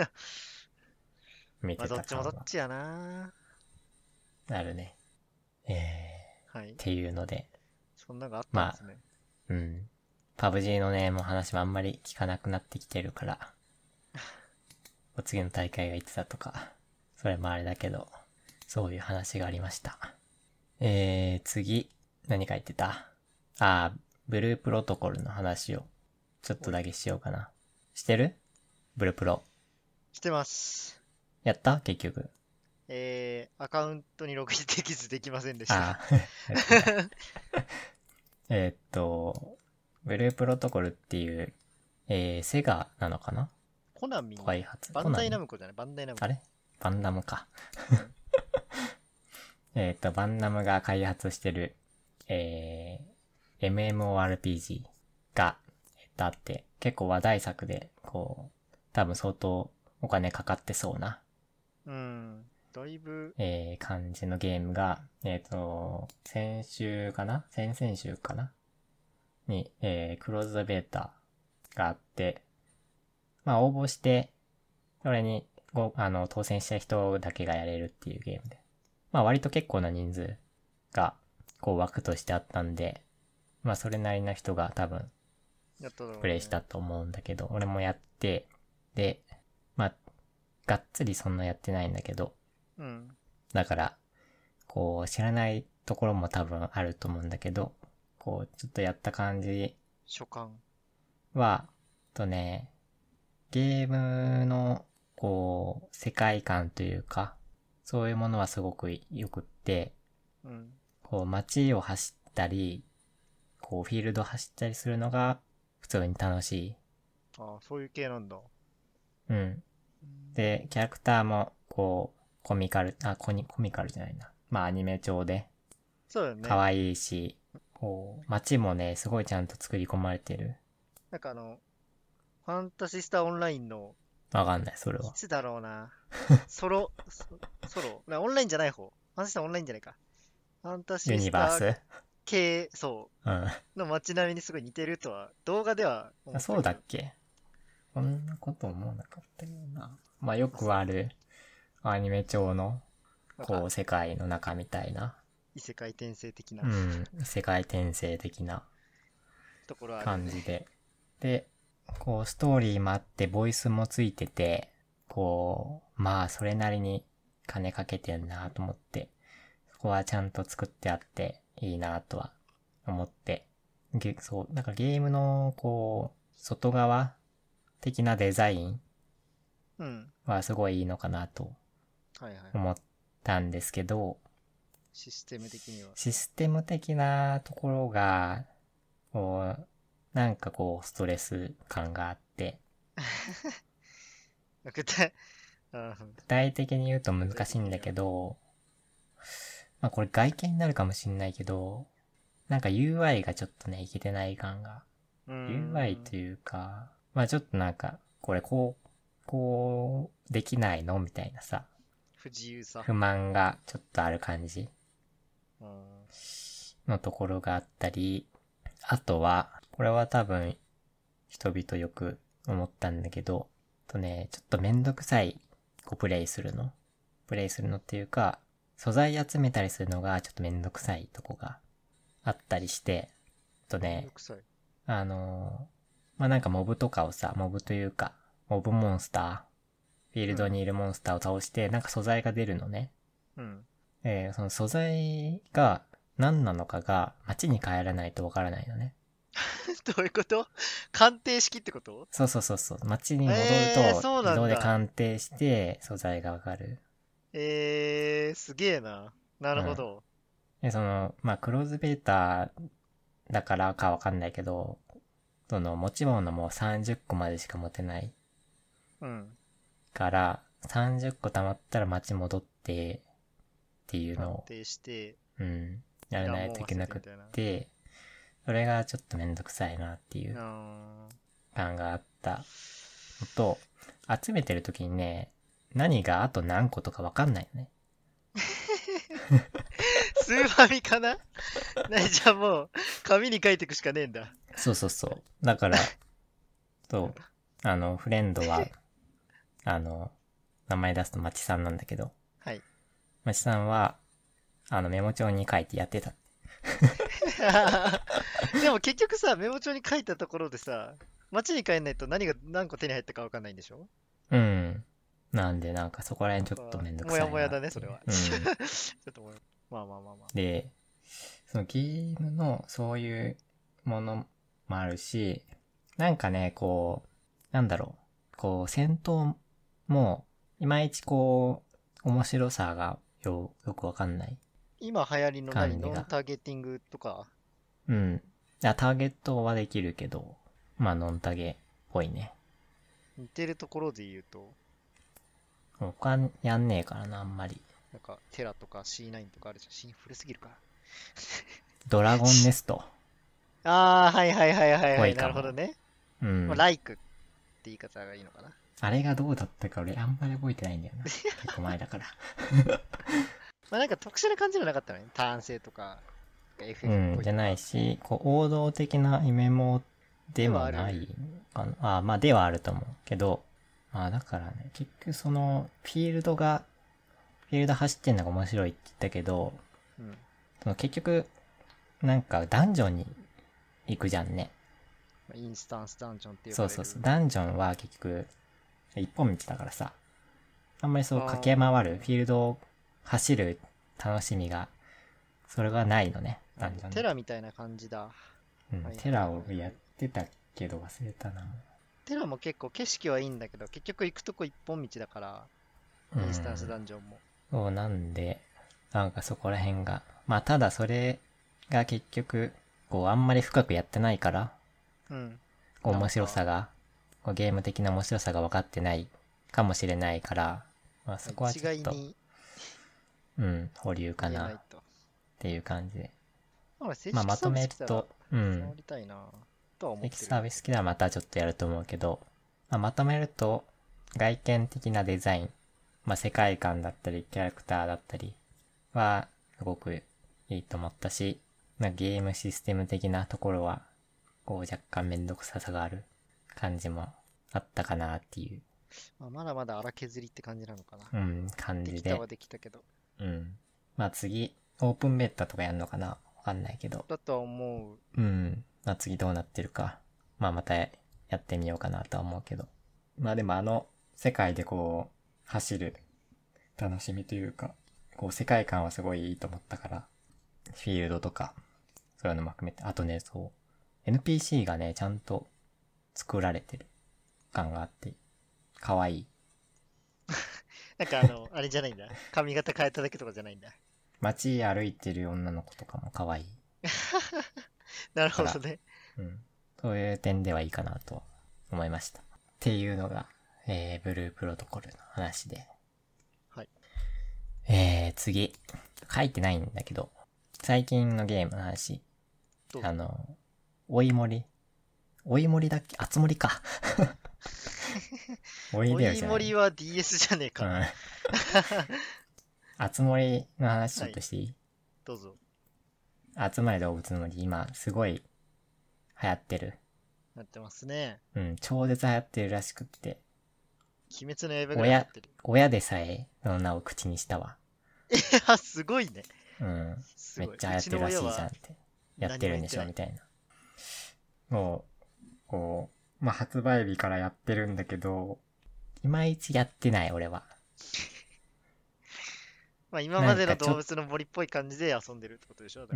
見まあ、 てどっちもた感は。 どっちやな。 なるね。えー、 はい。 っていうので、 そんなのがあったんですね。 うん。パブジー のね、もう話もあんまり聞かなくなってきてるから、お次の大会がいつだとか、それもあれだけど、そういう話がありました。えー、次、何書いてたあー、ブループロトコルの話を、ちょっとだけしようかな。してるブループロ。 してます。 やった結局。 えー、アカウントにログインできずできませんでした。 あーやってたえーっと、ブループロトコルっていう、えー、セガなのかなコナミ、 開発。 バンダイナムムコじゃないバンダイナムコ。 あれバンダムか。えっと、バンダムが開発してる、えー、エムエムオーアールピージー が、えっターって結構話題作で、こう、多分相当お金かかってそうな、 うん。だいぶ、 えー、感じのゲームが、えっと、先週かな先々週かなに、えー、クローズドベータがあって、まあ応募して、それにご、あの、当選した人だけがやれるっていうゲームで。まあ割と結構な人数が、こう枠としてあったんで、まあそれなりの人が多分、 やっただろうね。 プレイしたと思うんだけど、俺もやって、で、まあ、がっつりそんなやってないんだけど、 うん。 だから、こう、知らないところも多分あると思うんだけど、こう、ちょっとやった感じ初感。 は、とね、ゲームの、こう、世界観というか、そういうものはすごく良くって、 うん。 こう、街を走ったり、こう、フィールド走ったりするのが、普通に楽しい。 ああ、そういう系なんだ。 うん。 うんで、キャラクターも、こう、コミカル、あ、コニコミカルじゃないな。まあ、アニメ調で、 そうだよね。 可愛いし、こう、街もね、すごいちゃんと作り込まれてる。 なんかあの、ファンタシスタオンラインの、 わかんない、それは。 いつだろうな。ソロ、ソソロ、なオンラインじゃない方。ファンタシスタオンラインじゃないか。ファンタユシスタニバース系、そうん。 う、の街並みにすごい似てるとは、動画では思あ、 ったけど。 そうだっけこんなこと思わなかったよな。まあ、よくある、アニメ調の、 なんかこう、世界の中みたいな。 異世界転生的なうん。世界転生的なところあるよね。 感じで。で、こう、ストーリーもあって、ボイスもついてて、こう、まあ、それなりに金かけてんなと思って、そこはちゃんと作ってあって、いいなとは思って、げそう、なんかゲームの、こう、外側的なデザインうん。 はすごいいいのかなとはいはい。 思ったんですけど、 システム的には。 システム的なところが、こう、なんかこう、ストレス感があって、 具体、あ具体的に言うと難しいんだけど、まあこれ外見になるかもしんないけど、なんか ユーアイ がちょっとね、いけてない感が。 うーユーアイん。 というか、まあちょっとなんか、これこう、こう、できないのみたいなさ、 不自由さ。 不満がちょっとある感じうん。 のところがあったり、あとは、これは多分、人々よく思ったんだけど、とね、ちょっとめんどくさい、こうプレイするの。プレイするのっていうか、素材集めたりするのがちょっとめんどくさいとこがあったりして、とね、 めんどくさい。 あのー、まあ、なんかモブとかをさ、モブというか、モブモンスター、フィールドにいるモンスターを倒して、なんか素材が出るのね。 うん。 えー、その素材が何なのかが街に帰らないとわからないのね。 どういうこと？鑑定式ってこと？ そうそうそうそう。街に戻るえー、 とそうなんだ。 自動で鑑定して素材がわかる。 えー、すげえな。なうん。 るほど。 で、その、まあ、クローズベータだからかわかんないけど、その持ち物もさんじゅっこまでしか持てないうん。 から、さんじゅっこ溜まったら街戻ってっていうのを、 鑑定して、 うん、やらないといけなくっいらんもん忘れて、それがちょっとめんどくさいなっていうあ感があったのと、集めてる時にね、何があと何個とかわかんないよね。 ースーファミかな？なじゃあもう、紙に書いていくしかねえんだ。 そうそうそう。だから、と、あの、フレンドは、あの、名前出すとまちさんなんだけど、 はい。 まちさんは、あの、メモ帳に書いてやってた。 でも結局さ、メモ帳に書いたところでさ、街に帰んないと何が何個手に入ったかわかんないんでしょ？ うん。なんで、なんかそこら辺ちょっとあめんどくもやさいなっていう。 もやだね、それは。 うん。 ちょっともや、まあまあまあまあ。 で、そのゲームのそういうものもあるし、なんかね、こう、なんだろう、こう、戦闘も、いまいちこう、面白さがよ、よくわかんない今流行りの何感じが。 ノンターゲティングとか？ うん。いや、ターゲットはできるけど、まあ、ノンタゲっぽいね。 似てるところで言うと、 他やんねえからな、あんまり。 なんかテラとか シーナイン とかあるじゃん。シー古すぎるか。 ドラゴンネスト、 ああ、はいはいはいはいはい。 ぽいかも。 なるほどね。 うん。 まあ、like って言い方がいいのかな。 あれがどうだったか俺あんまり覚えてないんだよな。結構前だから。 まあなんか特殊な感じもなかったのね。ターン制とか、エフエフ っうん、 ぽいとか。 じゃないし、こう、王道的なイメモでもないかな。あ、まあ、ではあると思うけど、まあ、だからね、結局その、フィールドが、フィールド走ってんのが面白いって言ったけど、 うん。 その結局、なんかダンジョンに行くじゃんね。 まあインスタンスダンジョンって呼ばれる。 そうそうそう。ダンジョンは結局、一本道だからさ、あんまりそうあー駆け回る、フィールドを走る楽しみが、それがないのね、ダンジョンテラみたいな感じだ。 うん、 はいテラをやってたけど忘れたな。 テラも結構景色はいいんだけど、結局行くとこ一本道だから、 うん。 インスタンスダンジョンも。 そうなんで、なんかそこら辺が。まあただそれが結局、こうあんまり深くやってないから、 うん。 こう面白さが。 が、こうゲーム的な面白さが分かってないかもしれないから、まあそこはちょっと、 一概にうん、保留かなっ言えないと。 ていう感じで。 俺、正まあまと式サービス来たらめると、う触ん、 りたいなとは思っエキてる。 サービス好きならまたちょっとやると思うけど、まあ、まとめると、外見的なデザイン、まあ、世界観だったり、キャラクターだったりは、すごくいいと思ったし、まあ、ゲームシステム的なところは、こう若干めんどくささがある感じもあったかなっていう、 まあ、まだまだ荒削りって感じなのかな。 うん、感じで。 できたはできたけど。 うん。まあ次、オープンベータとかやるのかなわかんないけど。 だとは思う。 うん。まあ次どうなってるか。まあまたやってみようかなとは思うけど。まあでもあの世界でこう走る楽しみというか、こう世界観はすごいいいと思ったから、フィールドとか、そういうのも含めて、あとね、そう、エヌピーシー がね、ちゃんと作られてる感があって、かわいい。 なんかあの、あれじゃないんだ。髪型変えただけとかじゃないんだ。 街歩いてる女の子とかもかわいい。 なるほどね。 うん。そういう点ではいいかなと思いました。っていうのが、えー、ブループロトコルの話で。 はい。 えー、次。書いてないんだけど、最近のゲームの話。 どうぞあの、おいもり。おいもりだっけあつ森か。おいおでよじゃない。 いもりは ディーエス じゃねえか。 うん。あつ森の話ちょっとしていい、 どうぞ。 集まれ動物の森、今、すごい流行ってる。 なってますね。 うん、超絶流行ってるらしくって。 鬼滅の刃ぐらいやってる。 親でさえ、その名を口にしたわ。 いや、すごいね。 うん。 すごい。 めっちゃ流行ってるらしいじゃんって。やってるんでしょみたいな。もう、こう、まあ、発売日からやってるんだけど、いまいちやってない、俺は。 まあ今までの動物の森っぽい感じで遊んでるってことでしょ。 うん、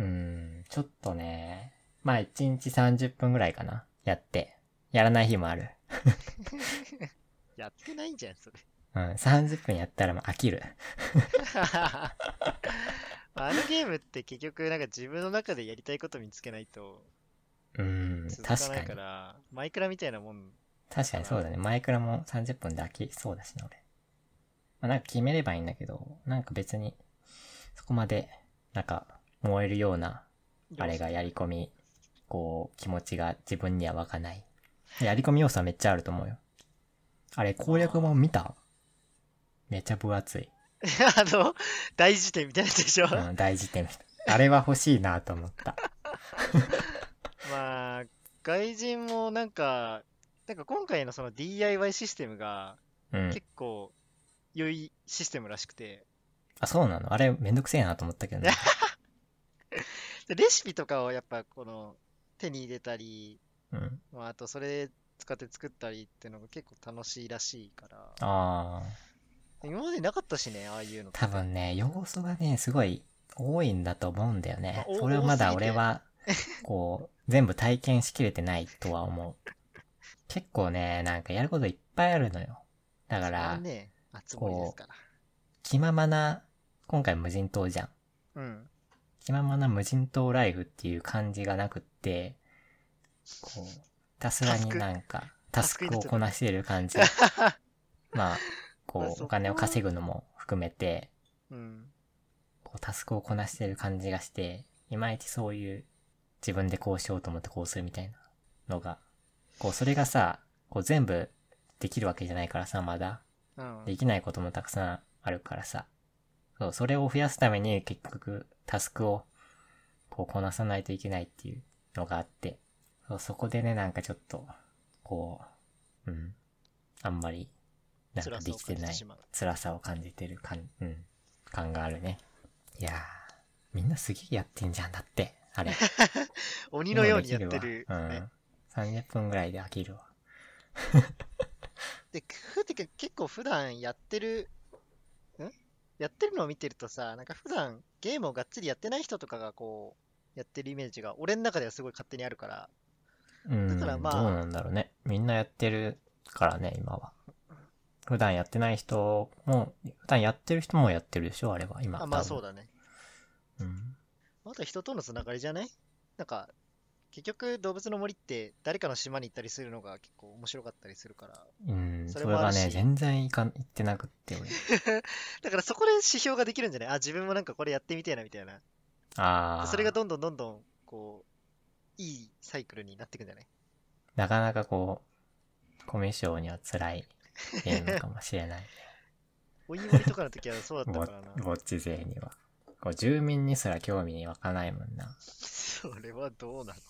ちょっとね、まあいちにちさんじゅっぷんぐらいかな。やって。やらない日もある。 やってないんじゃん、それ。 うん、さんじゅっぷんやったらもう飽きる。 あのゲームって結局なんか自分の中でやりたいこと見つけないとうん、 続確かにかないか。ら、マイクラみたいなもん。 確かにそうだね。マイクラもさんじゅっぷんで飽きそうだしな、俺。まあなんか決めればいいんだけど、なんか別に、そこまで、なんか、燃えるような、あれがやり込み、こう、気持ちが自分には湧かない。やり込み要素はめっちゃあると思うよ。あれ、攻略本見た？めっちゃ分厚い。 あの、大辞典みたいなやつでしょ。 うん、大事点。あれは欲しいなと思った。 まあ、外人もなんか、なんか今回のその ディーアイワイ システムがうん。 結構良いシステムらしくて、 あ、そうなの？あれめんどくせえなと思ったけどね。 でレシピとかをやっぱこの手に入れたり、 うん。 まあ、あとそれ使って作ったりっていうのが結構楽しいらしいから、 あー。 今までなかったしね、ああいうのって。 多分ね、要素がね、すごい多いんだと思うんだよまあ、 ね。 おそれをまだ多すぎて俺は、こう、全部体験しきれてないとは思う。結構ね、なんかやることいっぱいあるのよ。だかそれはら、 ね、熱盛ですから。 気ままな、今回無人島じゃん。 うん。 気ままな無人島ライフっていう感じがなくって、こう、ひたすらになんか、タスクをこなしてる感じ。まあ、こう、お金を稼ぐのも含めて、 うん。 こう、タスクをこなしてる感じがして、いまいちそういう、自分でこうしようと思ってこうするみたいなのが、 こうそれがさ、こう全部できるわけじゃないからさ、まだ。 うん。 できないこともたくさんあるからさ。そう、それを増やすために結局タスクをこうこなさないといけないっていうのがあって、そう、そこでね、なんかちょっと、こう、うん、あんまり、なんかできてない辛さを感じてる感、うん、感があるね。いやー、みんなすげえやってんじゃんだって、あれ。 鬼のようにやってる、 うん。さんじゅっぷんぐらいで飽きるわ。 で、ふてか結構普段やってる、んやってるのを見てるとさ、なんか普段ゲームをがっつりやってない人とかがこう、やってるイメージが俺の中ではすごい勝手にあるから、 うだからん、どうなまんだろうね。みんなやってるからね、今は。普段やってない人も、普段やってる人もやってるでしょ、あれは、今、 あ、あ、ま多分。 あそうだね。 うん。 あとは人とのつながりじゃない？なんか、結局動物の森って誰かの島に行ったりするのが結構面白かったりするから、 うん、 それそれがね、 もあるし、 全然いかん、いってなくって、俺。 だからそこで指標ができるんじゃない？あ、自分もなんかこれやってみたいなみたいな。でそれがあどんどんどんどん、こう、いいサイクルになっていくんじゃない？ ー、なかなかこう、コミュ障には辛いゲームかもしれないね。 おい森とかの時はそうだったぼ、 からな。 ぼっち勢には。こう、住民にすら興味に湧かないもんな。 それはどうなの？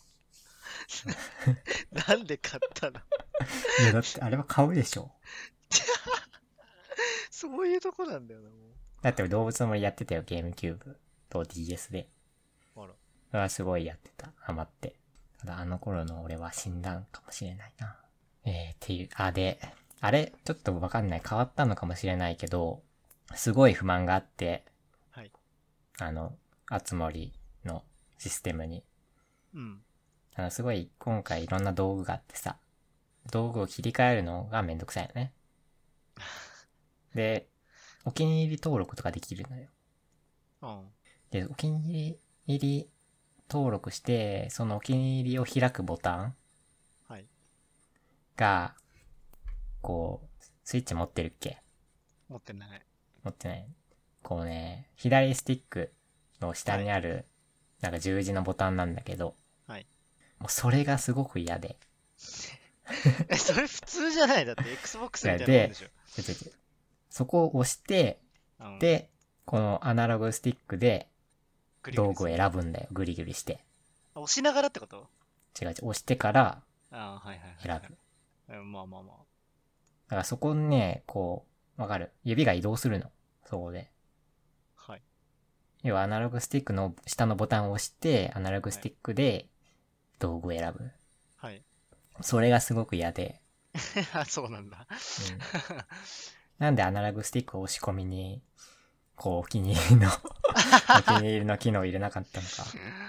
なんで買ったの？ いや、だってあれは買うでしょ。 そういうとこなんだよな、もだって動物の森やってたよ、ゲームキューブと ディーエス で。 う。あら。 それはすごいやってた。ハマって。ただあの頃の俺は死んだんかもしれないな。えー、っていう、あ、で、あれ、ちょっとわかんない。変わったのかもしれないけど、すごい不満があって、 はい。 あの、あつ森のシステムに。 うん。 あの、すごい今回いろんな道具があってさ、道具を切り替えるのがめんどくさいよね。で、お気に入り登録とかできるのよ。 うん。 で、お気に入り登録して、そのお気に入りを開くボタンはい。 が、こう、スイッチ持ってるっけ？ 持ってない。 持ってない。こうね、左スティックの下にある、なんか十字のボタンなんだけど、 はい。 もうそれがすごく嫌で。 え、それ普通じゃない？だって Xbox みたいなもんででしょ。 ちょちょちょそこを押して、 うん、 で、このアナログスティックで道具をグリグリする。 選ぶんだよ。グリグリして。 あ、押しながらってこと？ 違う違う。押してからああ、はいはいはい、 選ぶ。 はい。うん、まあまあまだからそこにね、こう、わかる。指が移動するの。そこで。 あ。はい。 要はアナログスティックの下のボタンを押して、アナログスティックで道具を選ぶ。 はい。 それがすごく嫌で。 あ、そうなんだ。 うん。なんでアナログスティックを押し込みに、こう、お気に入りのお気に入りの機能を入れなかったのか。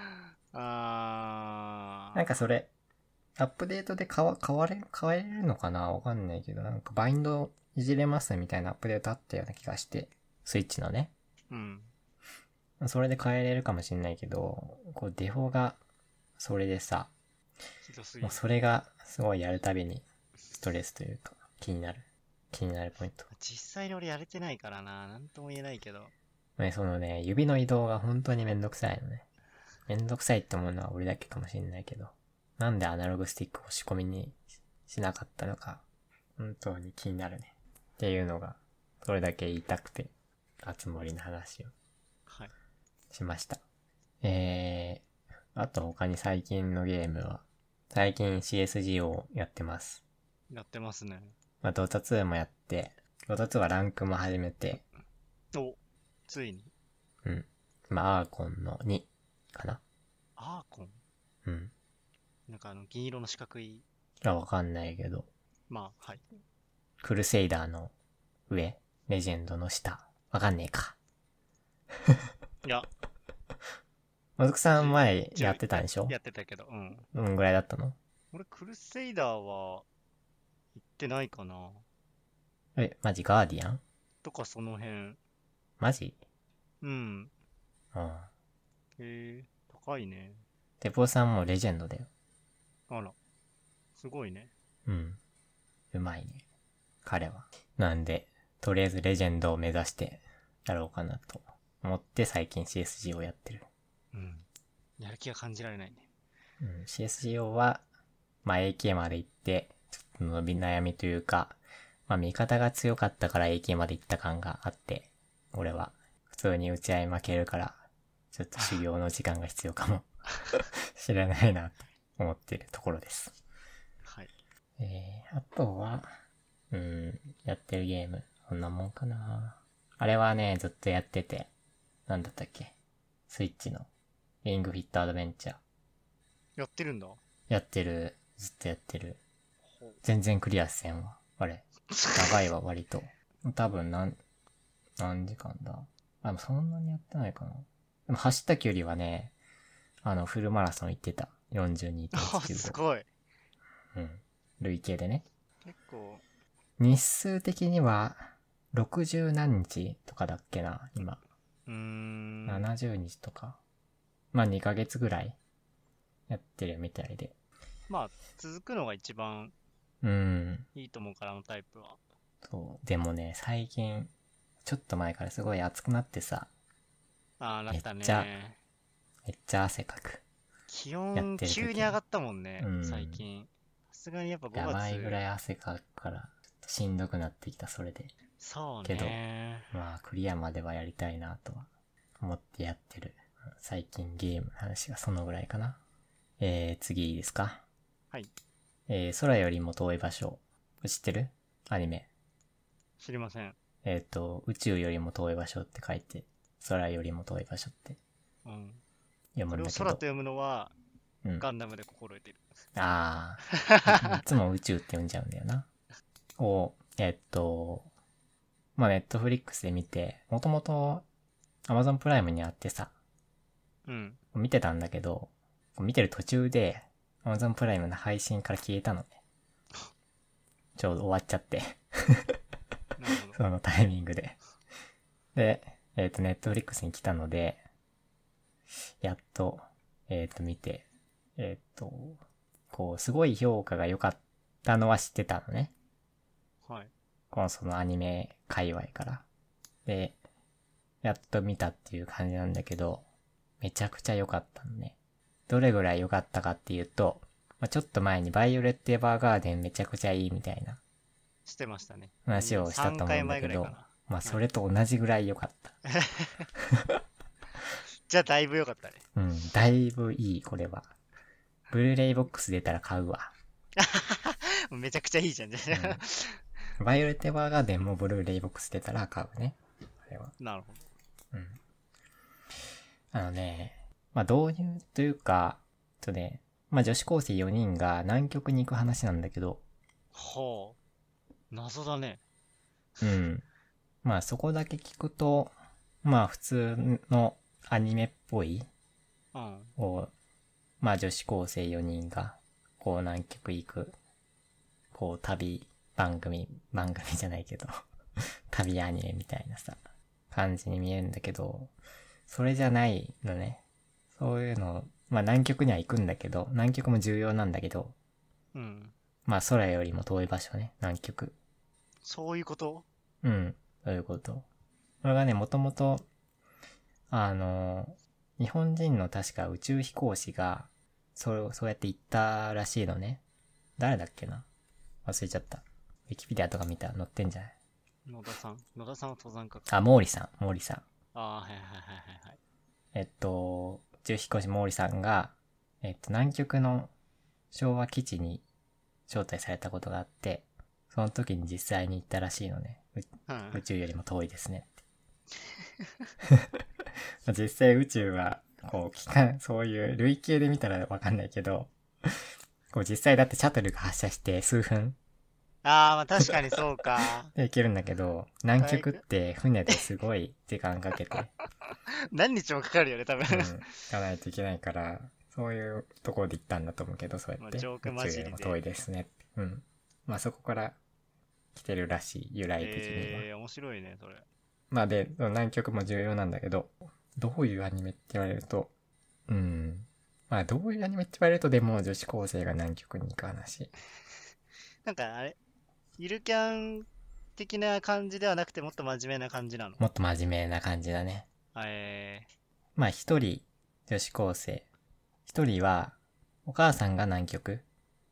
あなんかそれ、アップデートで変わ、変われ、変えれるのかなわかんないけど、なんかバインドいじれますみたいなアップデートあったような気がして、スイッチのね。 ー。うん。 それで変えれるかもしんないけど、こうデフォが、それでさ、 ひどすぎる。 もうそれがすごいやるたびに、ストレスというか、気になる。気になるポイント。 実際に俺やれてないからな。なんとも言えないけど。 ね、そのね、指の移動が本当にめんどくさいのね。めんどくさいって思うのは俺だけかもしんないけど、なんでアナログスティックを仕込みにしなかったのか、本当に気になるね。っていうのが、それだけ言いたくて、あつ森の話をはい。 しました。えー、あと他に最近のゲームは、最近 シーエスジー をやってます。 やってますね。 まあ、ドタツーもやって、ドタツーはランクも始めて、 お、ついに。 うん。まあ、アーコンのにかな。 アーコン？ うん。 なんかあの、銀色の四角い。 あ、わかんないけど。 まあ、はい。 クルセイダーの上、レジェンドの下。わかんねえか。 いや、 もずくさん前やってたんでしょ？ やってたけど、うん。 どんぐらいだったの？ 俺、クルセイダーは、行ってないかな。 え、マジガーディアン？ とかその辺。 マジ？ うん。 うん。 へえ、高いね。 テポさんもレジェンドだよ。 あら、すごいね。 うん。うまいね。彼は。なんで、とりあえずレジェンドを目指してやろうかなと思って最近 シーエスジー をやってる。 うん。やる気が感じられないね。 うん。シーエスジー は、 まあ エーケー まで行って、ちょっと伸び悩みというか、まあ味方が強かったから エーケー まで行った感があって、俺は普通に打ち合い負けるから、ちょっと修行の時間が必要かもしれないなと思っているところです。 はい。 えー、あとは、うん、やってるゲーム、こんなもんかな。あれはね、ずっとやってて、なんだったっけ？スイッチの、リングフィットアドベンチャー。 やってるんだ。 やってる、ずっとやってる。 ほう。 全然クリアせんわ。あれ。長いわ、割と。多分何、何時間だ。あ、でもそんなにやってないかな。でも走った距離はね、あの、フルマラソン行ってた。よんじゅうにてんいちきゅうご。 あ、すごい。 うん。累計でね。 結構、 日数的には、ろくじゅう何日とかだっけな、今。 うーん。 ななじゅうにちとか。まあにかげつぐらいやってるみたいで。 まあ、続くのが一番うん。 いいと思うから、あのタイプは。 そう。でもね、最近、ちょっと前からすごい暑くなってさ、 ああ、なっためっちゃね。 めっちゃ汗かく。 気やっ温てる時急に上がったもんね、 うん最近。さすがにやっぱごがつ。 やばいぐらい汗かくから、ちょっとしんどくなってきた、それで。 そうけどね。 まあ、クリアまではやりたいなとは思ってやってる。最近ゲームの話がそのぐらいかな。えー、次いいですか？ はい。 えー、空よりも遠い場所。知ってる？アニメ。 知りません。 えっと、宇宙よりも遠い場所って書いて、空よりも遠い場所ってうん。 読むんだけど。 これを空と読むのは、 うん。 ガンダムで心得てる。 ああ。いつも宇宙って読んじゃうんだよな。を、えっと、まあ、ネットフリックスで見て、もともと Amazon プライムにあってさ、 うん。 見てたんだけど、見てる途中で Amazon プライムの配信から消えたのね。ちょうど終わっちゃって。 なるほど。 そのタイミングで。で、えっと、ネットフリックスに来たので、やっと、えっと、見て、えっと、こう、すごい評価が良かったのは知ってたのね。 はい。 このそのアニメ界隈から。で、やっと見たっていう感じなんだけど、めちゃくちゃ良かったのね。どれぐらい良かったかっていうと、まあ、ちょっと前にバイオレット・エヴァーガーデンめちゃくちゃいいみたいなしてましたね。 話をしたと思うんだけど、まあそれと同じぐらい良かった。 じゃあだいぶ良かったね。 うん、だいぶいい、これは。ブルーレイボックス出たら買うわ。 めちゃくちゃいいじゃん、じゃあ。 うん、バイオレット・エヴァーガーデンもブルーレイボックス出たら買うね。これは。 なるほど。 うん。あのね、まあ導入というか、とね、まあ女子高生よにんが南極に行く話なんだけど、 ほう。謎だね。 うん。まあそこだけ聞くと、まあ普通のアニメっぽい、 うん。 を、まあ女子高生よにんが、こう南極行く、こう旅番組、番組じゃないけど、旅アニメみたいなさ、感じに見えるんだけど、それじゃないのね。そういうの、まあ南極には行くんだけど、南極も重要なんだけど、 うん。 まあ空よりも遠い場所ね、南極。 そういうこと？ うん、そういうこと。これがね、もともと、あの、日本人の確か宇宙飛行士が、それを、そうやって言ったらしいのね。誰だっけな？忘れちゃった。ウィキペディアとか見たら載ってんじゃない？ 野田さん野田さんは登山家か。 あ、毛利さん、毛利さん。 ああ、はいはいはいはいはい。 えっと、宇宙飛行士毛利さんが、えっと、南極の昭和基地に招待されたことがあって、その時に実際に行ったらしいのね。 うん、 宇宙よりも遠いですねって。実際宇宙は、こう、期間、そういう累計で見たらわかんないけど、こう実際だってシャトルが発射して数分ああ、まあ確かにそうか。 で行けるんだけど、南極って船ですごい時間かけて、 何日もかかるよね、多分。 うん、行かないといけないから、そういうところで行ったんだと思うけど、そうやって。 まあジョーク混じりで宇宙よりも遠いですねって。うん。まあそこから来てるらしい、由来的には。 えー、面白いね、それ。 まあで、南極も重要なんだけど、どういうアニメって言われると、うん。まあどういうアニメって言われると、でも女子高生が南極に行く話。 なんかあれ、ゆるキャン的な感じではなくてもっと真面目な感じなの？ もっと真面目な感じだね。 えまあ一人女子高生。一人はお母さんが南極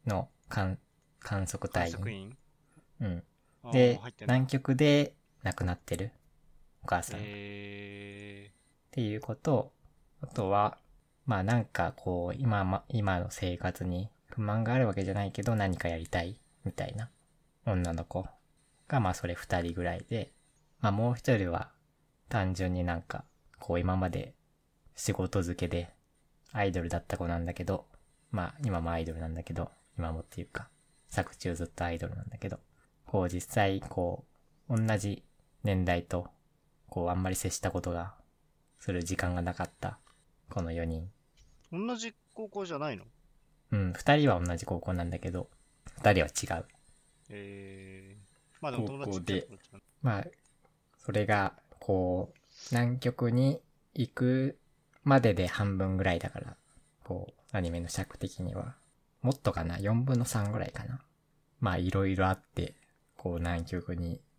の観観測観隊測員。 うん。 あーで入ってんだ南極で亡くなってるお母さん、っえていうこと。あとはまあなんかこう今ま今の生活に不満があるわけじゃないけど何かやりたいみたいな女の子がまあそれふたりぐらいで、まあもう一人は単純になんかこう今まで仕事漬けでアイドルだった子なんだけど、まあ今もアイドルなんだけど、今もっていうか作中ずっとアイドルなんだけど、こう実際こう同じ年代とこうあんまり接したことがする時間がなかったこのよにん。 ー、同じ高校じゃないの？ うん、ふたりは同じ高校なんだけど、ふたりは違う。 えー、まあでも友達っ高校でちゃ友達なんだ。 まあ、それが、こう、南極に行くまでで半分ぐらいだから、こう、アニメの尺的には。もっとかな ?よんぶんのさんぐらいかな。まあ、いろいろあって、こう、南極に行って、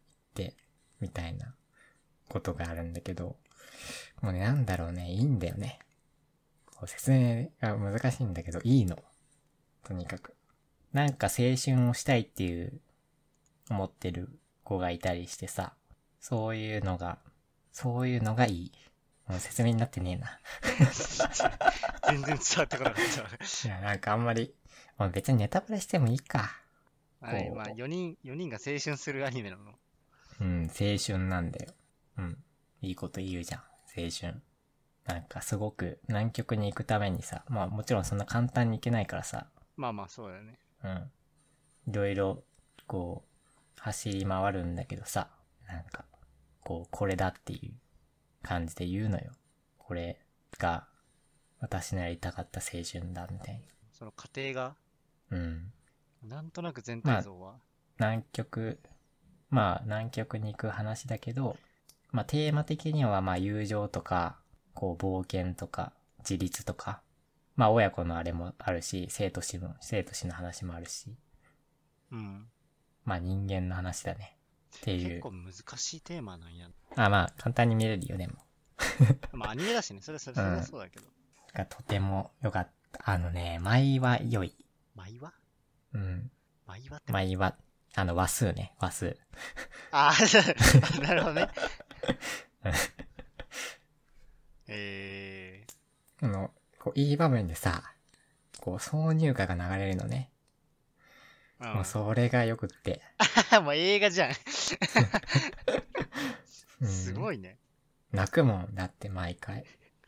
みたいなことがあるんだけど、もうね、なんだろうね、いいんだよね。こう説明が難しいんだけど、いいの。とにかく。なんか青春をしたいっていう思ってる子がいたりしてさ、そういうのが、そういうのがいい。もう説明になってねえな。 全然伝わってこなかっいや、なんかあんまり、まあ、別にネタバレしてもいいか。 た。はい、 こうまあよにん、よにんが青春するアニメなの。 うん、青春なんだよ。うん。いいこと言うじゃん。青春。なんかすごく南極に行くためにさ、まあもちろんそんな簡単に行けないからさ、 まあまあそうだよね。 うん。いろいろ、こう、走り回るんだけどさ、なんか、こう、これだっていう感じで言うのよ。これが、私のやりたかった青春だ、みたいその過程が、 な。うん。 なんとなく全まあ、 体像は。 南極、まあ、南極に行く話だけど、まあ、テーマ的には、まあ、友情とか、こう、冒険とか、自立とか、まあ、親子のあれもあるし、生と死の、生と死の話もあるし、 うん。 まあ、人間の話だね。っていう。 結構難しいテーマなんや。 あ、まあ、簡単に見れるよ、でも。 まあアニメだしね、それそれそれはそうだけど。 がとても良かった。あのね、舞は良い。 舞はうん。 舞はって。 舞は、あの、話数ね、話数。 ああ、なるほどね。えあの、こう、いい場面でさ、こう、挿入歌が流れるのね。 ー、 もうそれがよくって。 うん。もう映画じゃん。 うんすごいね。 泣くもん、だって毎回。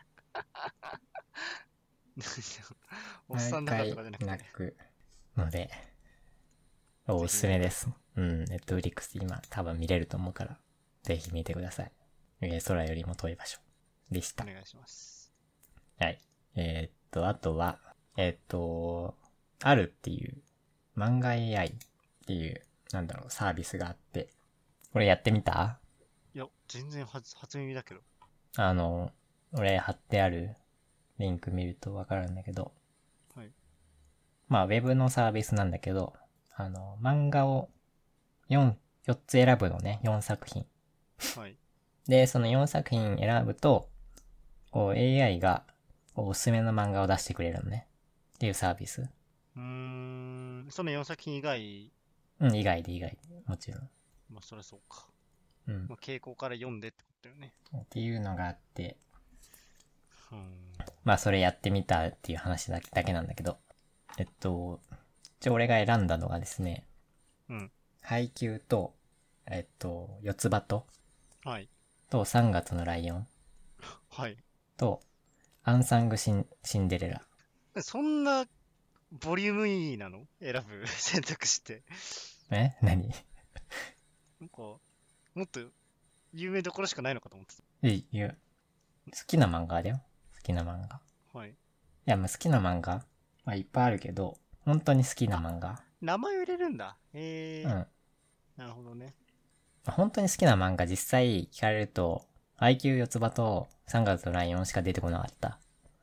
おっさ毎んだからと回かじゃなくて。 泣くので、おすすめです。うん、ネットフリックス今多分見れると思うから、ぜひ見てください。えー空よりも遠い場所でした。 お願いします。 はい。えーっと、あとは、えーっと、あるっていう、漫画 エーアイ っていう、なんだろう、サービスがあって、これやってみた？ いや、全然初初耳だけど。 あの、俺貼ってあるリンク見るとわかるんだけど、 はい。 まあ、ウェブのサービスなんだけど、あの、漫画をよん、よっつ選ぶのね、よんさく品。 はい。 で、そのよんさく品選ぶと、こう エーアイ がこうおすすめの漫画を出してくれるのね。っていうサービス。 うーん、そのよんさく品以外、 うん、以外で以外で。もちろん。 まあそりゃそうか。 うん。 まあ傾向から読んでってことだよね。 っていうのがあって、 うーん。 まあそれやってみたっていう話だけだけなんだけど、えっと、一応俺が選んだのがですね、 うん。 配給と、えっと、四つ葉と、 はい。 とさんがつのライオンはい。 と、アンサングシンシンデレラ。 そんな、ボリュームいいなの選ぶ選択肢って。 え何なんか、もっと有名どころしかないのかと思っていいよ。好きな漫画だよ。好きな漫画。 た。はい。 いや、まあ好きな漫画まあいっぱいあるけど、本当に好きな漫画。 名前を入れるんだ。へえー。 うん。 なるほどね。 本当に好きな漫画実際聞かれると、アイキュー 四つ葉とさんがつのライオンしか出てこなかった。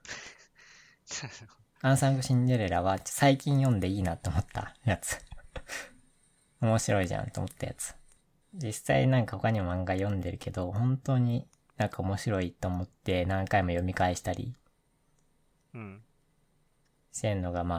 アンサングシンデレラは最近読んでいいなって思ったやつ。面白いじゃんと思ったやつ。実際なんか他にも漫画読んでるけど、本当になんか面白いと思って何回も読み返したりうん。 してんのがまあ、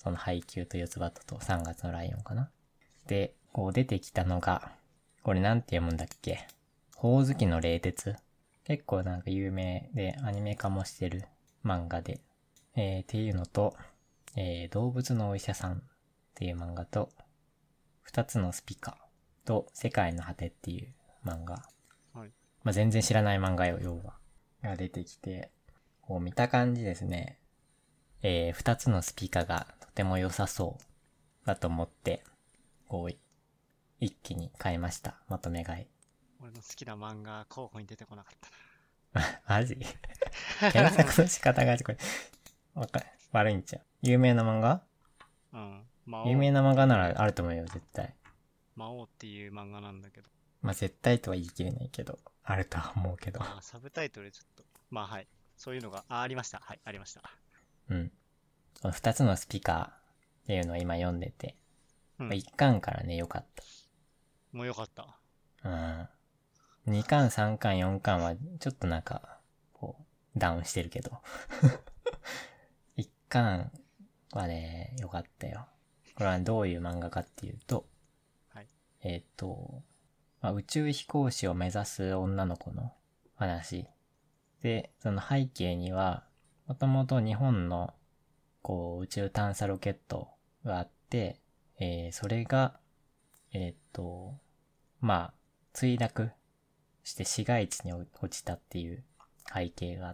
その配給と四つ葉とさんがつのライオンかな。で、こう出てきたのが、これなんて読むんだっけ？ほおずきの冷徹。結構なんか有名でアニメ化もしてる漫画で、えー、っていうのと、えー、動物のお医者さんっていう漫画と、二つのスピカと世界の果てっていう漫画。 はい。 まあ、全然知らない漫画よ、要は。が出てきて、こう見た感じですね。えー、二つのスピカがとても良さそうだと思って、こう、一気に買いました。まとめ買い。 俺の好きな漫画候補に出てこなかったマジ検索の仕方が、これ、わか、悪いんちゃう。有名な漫画？ な。うん。魔王。 有名な漫画ならあると思うよ、絶対。 魔王っていう漫画なんだけど。 まあ、絶対とは言い切れないけど、あるとは思うけど。 あーサブタイトルちょっと。まあはい。そういうのが、あ、ありました。はい、ありました。 うん。この二つのスピカーっていうのを今読んでて、 うん。 まあ、一巻からね、良かっもうよかった。 た。うん。二巻、三巻、四巻はちょっとなんか、こう、ダウンしてるけど。一巻はね、良かったよ。これはどういう漫画かっていうと、 はい。 えっと、まあ、宇宙飛行士を目指す女の子の話。で、その背景には、もともと日本の、こう、宇宙探査ロケットがあって、えー、それが、えっと、まあ、墜落して市街地に落ちたっていう背景があって、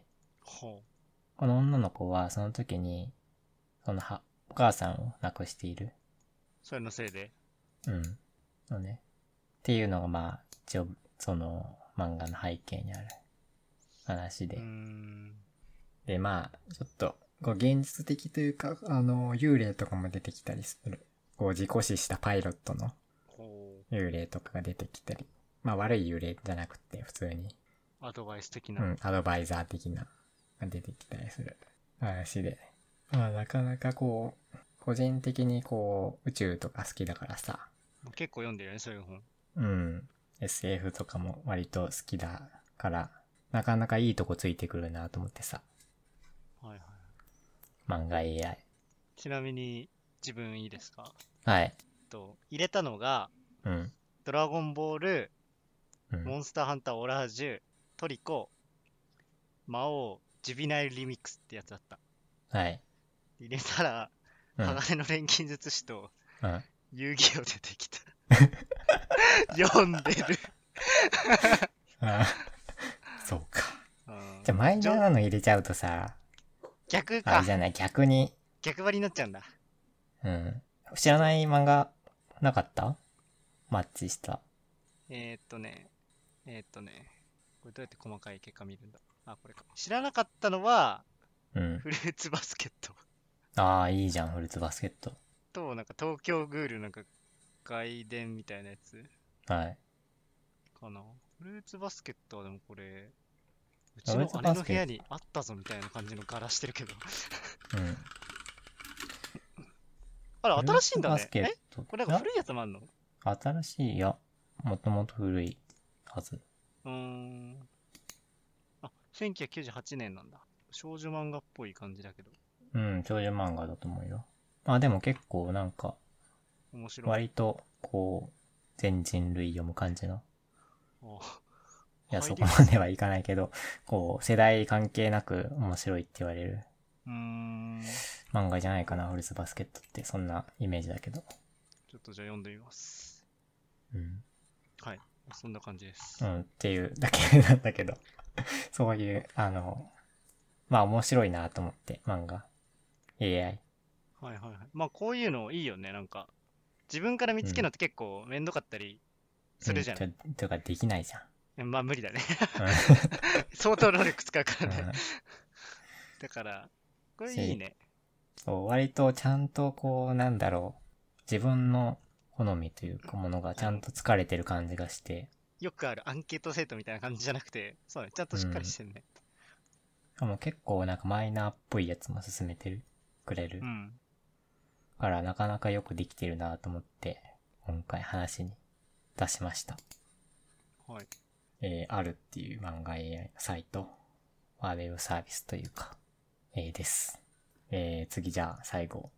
ほこの女の子はその時に、そのは、お母さんを亡くしている。 う。それのせいで。 うん。のね。っていうのがまあ、一応、その漫画の背景にある話で。 うーん。 で、まあ、ちょっと、こう現実的というか、あの、幽霊とかも出てきたりする。こう、事故死したパイロットのほ幽霊とかが出てきたり。まあ、悪い幽霊じゃなくて、普通に。 う。アドバイス的な。 うん、アドバイザー的な、が出てきたりする話で。まあ、なかなかこう、個人的にこう、宇宙とか好きだからさ。 結構読んでるよね、そういう本。 うん。エスエフ とかも割と好きだから、なかなかいいとこついてくるなと思ってさ。 はいはい。 漫画 エーアイ。 ちなみに、自分いいですか？ はい。 と、入れたのが、 うん。 ドラゴンボール、 うん。 モンスターハンターオラージュ、トリコ、魔王、ジュビナイルリミックスってやつだった。 はい。 入れたら、 うん。 鋼の錬金術師とうん。 遊戯王出てきた。読んでる。 あそうか。 うんじゃあマイナじょーなの入れちゃうとさ、 逆かあれじ。ゃない、逆に、 逆張りになっちゃうんだ。 うん。知らない漫画なかった？マッチした。 えー、っとね、えー、っとね、これどうやって細かい結果見るんだ。あ、これか。知らなかったのは、 うん。 フルーツバスケットああ、いいじゃん、フルーツバスケット。 と、なんか東京グールなんか外伝みたいなやつはい。 かな。フルーツバスケットはでもこれ、うフルーちのツバスケット姉の部屋にあったぞみたいな感じの柄してるけど。 うん。 あれ、 フルーツバス新しいんだね。えケット。 これなんか古いやつもあんの？ 新しい、いや、もともと古いはず。 うーん。あ、せんきゅうひゃくきゅうじゅうはちねんなんだ。少女漫画っぽい感じだけど。 うん、少女漫画だと思うよ。まあでも結構なんか、 面白い。 割と、こう、全人類読む感じの。 あいや、 入りそこまではいかないけど、こう、世代関係なく面白いって言われるうーん。 漫画じゃないかな、フルーツバスケットって。そんなイメージだけど。 ちょっとじゃあ読んでみます。 うん。 はい。そんな感じです。 うん、っていうだけなんだけど。そういう、あの、まあ面白いなと思って、漫画。エーアイ。 はいはいはい。まあこういうのいいよね。なんか、自分から見つけるのって結構めんどかったりするじゃない。 うん、と、とかできないじゃん。 まあ無理だね。 うん相当労力使うからね。 うんだから、これいいね。 そう、割とちゃんとこう、なんだろう。自分の好みというかものがちゃんと疲れてる感じがして。 よくあるアンケート生徒みたいな感じじゃなくて、そうね、ちゃんとしっかりしてんね。 しかも結構なんかマイナーっぽいやつも勧めてる、くれる。 うん。 だからなかなかよくできてるなと思って、今回話に出しました。 はい。 えー、あるっていう漫画 エーアイ サイト、ウェブサービスというか、えー、です。えー、次じゃあ最後、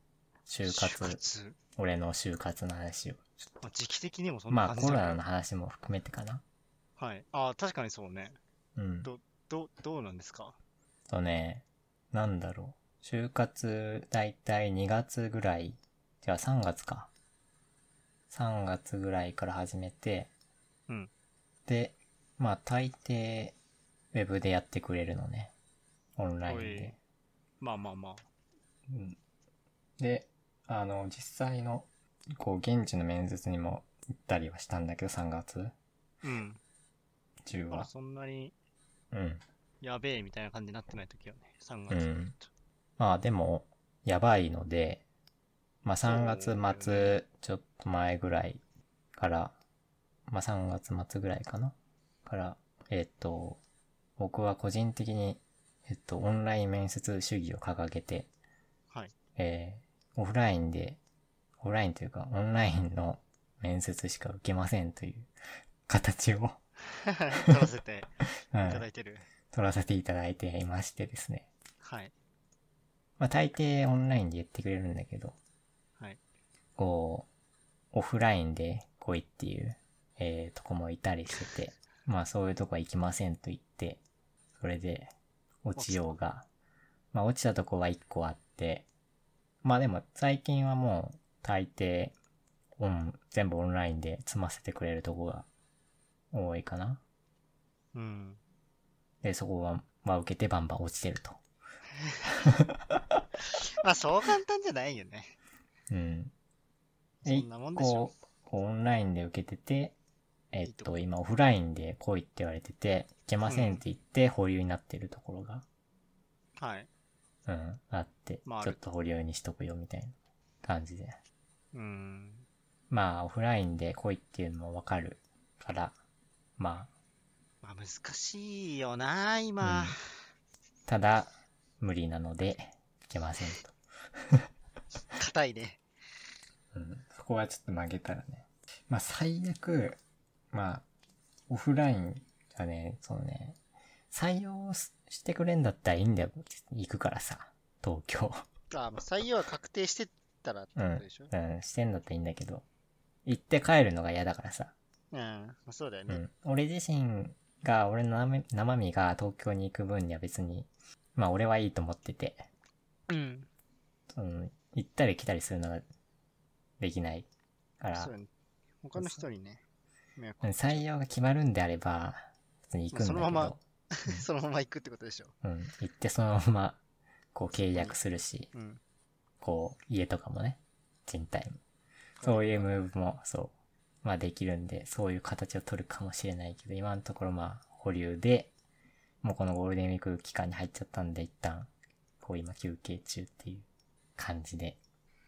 就就活、 活。 俺の就活の話を。 まあ、時期的にもそんなまあ感じじゃない。 コロナの話も含めてかな。 はい。ああ、確かにそうね。 うん。 ど、ど、どうなんですか？ とね、なんだろう。就活、だいたいにがつぐらい、じゃあさんがつか。さんがつぐらいから始めて、 うん。 で、まあ大抵、ウェブでやってくれるのね。オンラインおいで。 まあまあまあ。 うん。で、あの、実際の、こう、現地の面接にも行ったりはしたんだけど、さんがつうん。まだ中は。 そんなにうん。 やべえみたいな感じになってない時はね、さんがつだうん。 と。 まあでも、やばいので、まあそうさんがつだよね。 末、ちょっと前ぐらいから、まあさんがつ末ぐらいかなから、えっと、僕は個人的に、えっと、オンライン面接主義を掲げて、 はい。 えー、オフラインで、オフラインというか、オンラインの面接しか受けませんという形を取らせていたはい、 だいてる。 取らせていただいていましてですね。 はい。 まあ大抵オンラインで言ってくれるんだけど、 はい。 こう、オフラインで来いっていう、えー、とこもいたりしてて、まあそういうとこは行きませんと言って、それで落ちようが、まあ落ちたとこはいっこあって、まあでも最近はもう大抵、うん、全部オンラインで済ませてくれるとこが多いかな。 うん。 で、そこは、まあ受けてバンバン落ちてると。 まあ、そう簡単じゃないよね。 うん。 そんなもんでしょ。 こう、こうオンラインで受けてて、えっと、 いいとこ。 今オフラインで来いって言われてて、いけませんって言って保留になってるところが、 はい。 うん、あって、 まあ、ある。 ちょっと保留にしとくよみたいな感じで。 うん。 まあ、オフラインで来いっていうのもわかるから、ままあ、難しいよな、 あ、う今。 ん。ただ、無理なので、いけませんと。 硬いね。 うん。そこはちょっと曲げたらね。まあ、最悪、まあ、オフラインがね、そのね、採用してくれんだったらいいんだよ。行くからさ、東京。 あ、まあ、採用は確定してたらってうん。 ことでしょ。 うん、してんだったらいいんだけど、行って帰るのが嫌だからさ。 うん。まあ、そうだよね。 うん。俺自身が、俺の生生身が東京に行く分には別に、まあ俺はいいと思ってて、 うん。 その、行ったり来たりするのができないからそう、だね。他の人にね、迷惑うんかけちゃう。 採用が決まるんであれば、普通に行くんだけど、 まあそのままそのまま行くってことでしょ。 うん、行ってそのまま、こう契約するし、 うん。 こう、家とかもね、賃貸も。 はいそういうムーブも、そう、まあできるんで、そういう形を取るかもしれないけど、今のところまあ、保留で、もうこのゴールデンウィーク期間に入っちゃったんで、一旦、こう今休憩中っていう感じで。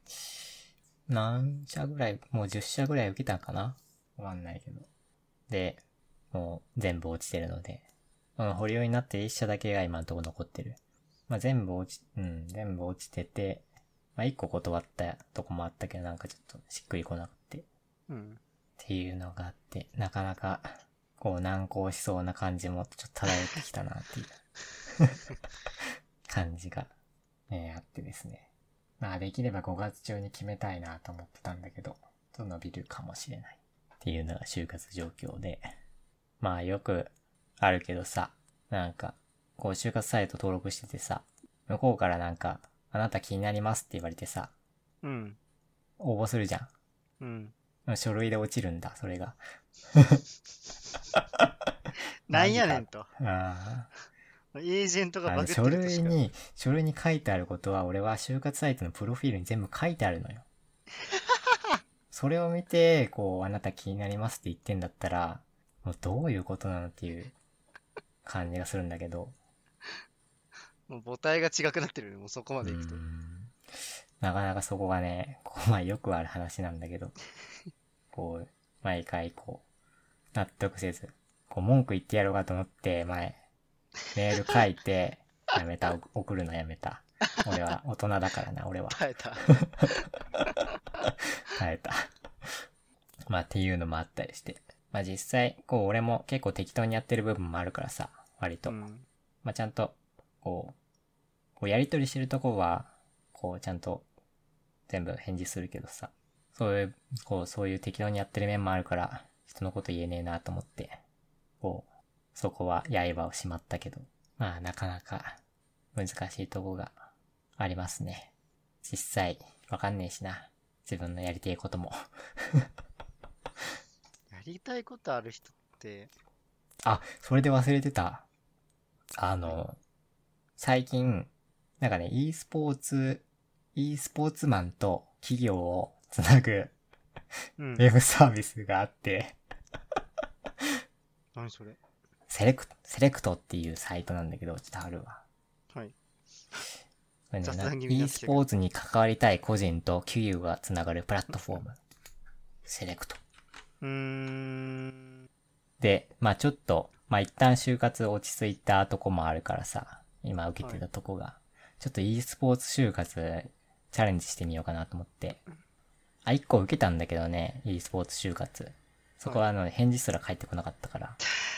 何社ぐらい、もうじゅっ社ぐらい受けたんかなわかんないけど。で、もう全部落ちてるので、うん、保留になっていっ社だけが今のところ残ってる。まあ全部落ち、うん、全部落ちてて、まあいっこ断ったとこもあったけど、なんかちょっとしっくりこなくて。 うん。 っていうのがあって、なかなか、こう難航しそうな感じもちょっと漂ってきたなっていう感じが、ね、あってですね。まあできればごがつ中に決めたいなと思ってたんだけど、ちょっと伸びるかもしれないっていうのが就活状況で。まあよくあるけどさ、なんか、こう就活サイト登録しててさ、向こうからなんか、あなた気になりますって言われてさ、 うん。 応募するじゃうん。 ん。書類で落ちるんだ、それが。 なんやねんと。 あエージェントがあ。あバグっての書るとしか。 類に、書類に書いてあることは、俺は就活サイトのプロフィールに全部書いてあるのよ。それを見て、こう、あなた気になりますって言ってんだったら、もうどういうことなのっていう感じがするんだけど。 もう母体が違くなってる。もうそこまうーで行くと。 ん。なかなかそこがね、こう、まあよくある話なんだけど、こう、毎回こう、納得せず、こう、文句言ってやろうかと思って、前、メール書いて、やめた、送るのやめた。俺は大人だからな、俺は。 耐えた。 耐えた。まあっていうのもあったりして。まあ実際、こう俺も結構適当にやってる部分もあるからさ、割と。 うん。 まあちゃんと、こう、こうやりとりしてるとこは、こうちゃんと、 全部返事するけどさ、そういう、こう、そういう適当にやってる面もあるから、人のこと言えねえなと思って、こう、そこは刃をしまったけど、まあなかなか難しいとこがありますね。実際、わかんねえしな。自分のやりたいことも。 やりたいことある人って、 あ、それで忘れてた。あの、最近、なんかね、e スポーツ、e スポーツマンと企業をつなぐうん。 ウェブサービスがあって、 何それ。 セレクト、セレクトっていうサイトなんだけど、ちょっとあるわ。 はい。 これね、 雑な談気味にな e ってきたけどスポーツに関わりたい個人と企業がつながるプラットフォーム。セレクト。 うーん。 で、まあちょっと、まあ一旦就活落ち着いたとこもあるからさ、今受けてたとこが、はい、ちょっと e スポーツ就活チャレンジしてみようかなと思って。あ、一個受けたんだけどね、e スポーツ就活。そこはあの、返事すら返ってこなかったから。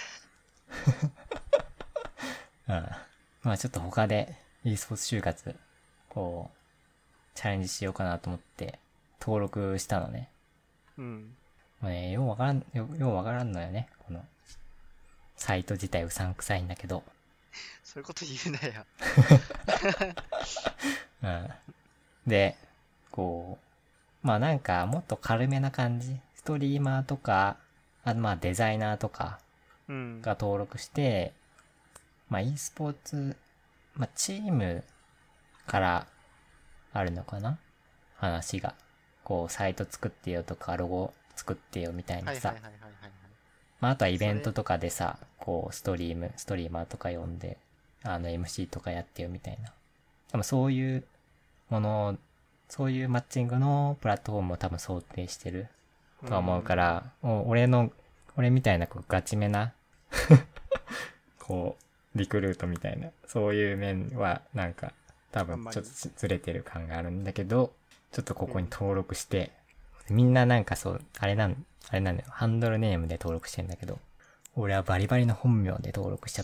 うん。まあちょっと他で e スポーツ就活、こう、チャレンジしようかなと思って、登録したのね。 うん。 まあね、ようわからん、よ、ようわからんのよね。この、サイト自体うさんくさいんだけど。 そういうこと言うなよ。 うん。で、こう、まあなんかもっと軽めな感じ。ストリーマーとか、あとまあデザイナーとかが登録して、うん、まあ e スポーツ、まあチームからあるのかな話が。こう、サイト作ってよとか、ロゴ作ってよみたいなさ。まああとはイベントとかでさ、こう、ストリーム、ストリーマーとか呼んで、あの エムシー とかやってよみたいな。多分そういうものを、そういうマッチングのプラットフォームを多分想定してるとは思うから、もう俺の、俺みたいなこうガチめな、こう、リクルートみたいな、そういう面はなんか多分ちょっとずれてる感があるんだけど、ちょっとここに登録して、うん、みんななんかそう、あれなん、あれなんだよ、ハンドルネームで登録してんだけど、俺はバリバリの本名で登録しちゃって、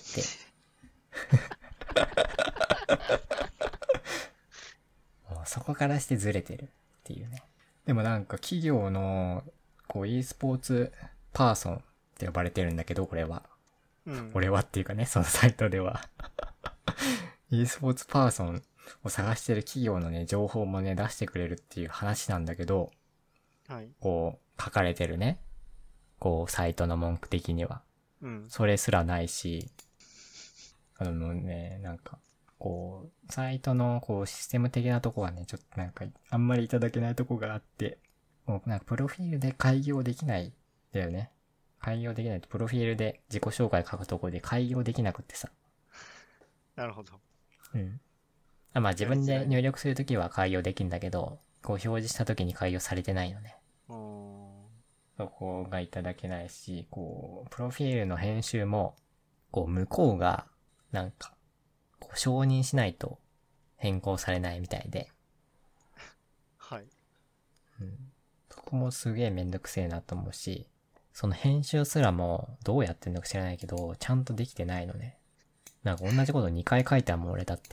もうそこからしてずれてるっていうね。でもなんか企業のこう e スポーツパーソンって呼ばれてるんだけど、これは。うん、俺はっていうかね、そのサイトでは。e スポーツパーソンを探してる企業のね、情報もね、出してくれるっていう話なんだけど、はい、こう、書かれてるね、こう、サイトの文句的には。うん、それすらないし、あのね、なんか、こう、サイトの、こう、システム的なとこはね、ちょっとなんか、あんまりいただけないとこがあって、もうなんか、プロフィールで開業できない、だよね。開業できないと、プロフィールで自己紹介書くとこで開業できなくってさ。 なるほど。 うん。まあ自分で入力するときは開業できるんだけど、こう表示したときに開業されてないのね。そこがいただけないし、こう、プロフィールの編集も、こう、向こうが、なんか、こう承認しないと変更されないみたいで。 はい。 うん。そこもすげえめんどくせえなと思うし、その編集すらもどうやってんのか知らないけど、ちゃんとできてないのね。なんか同じことにかい書いたもん俺だって。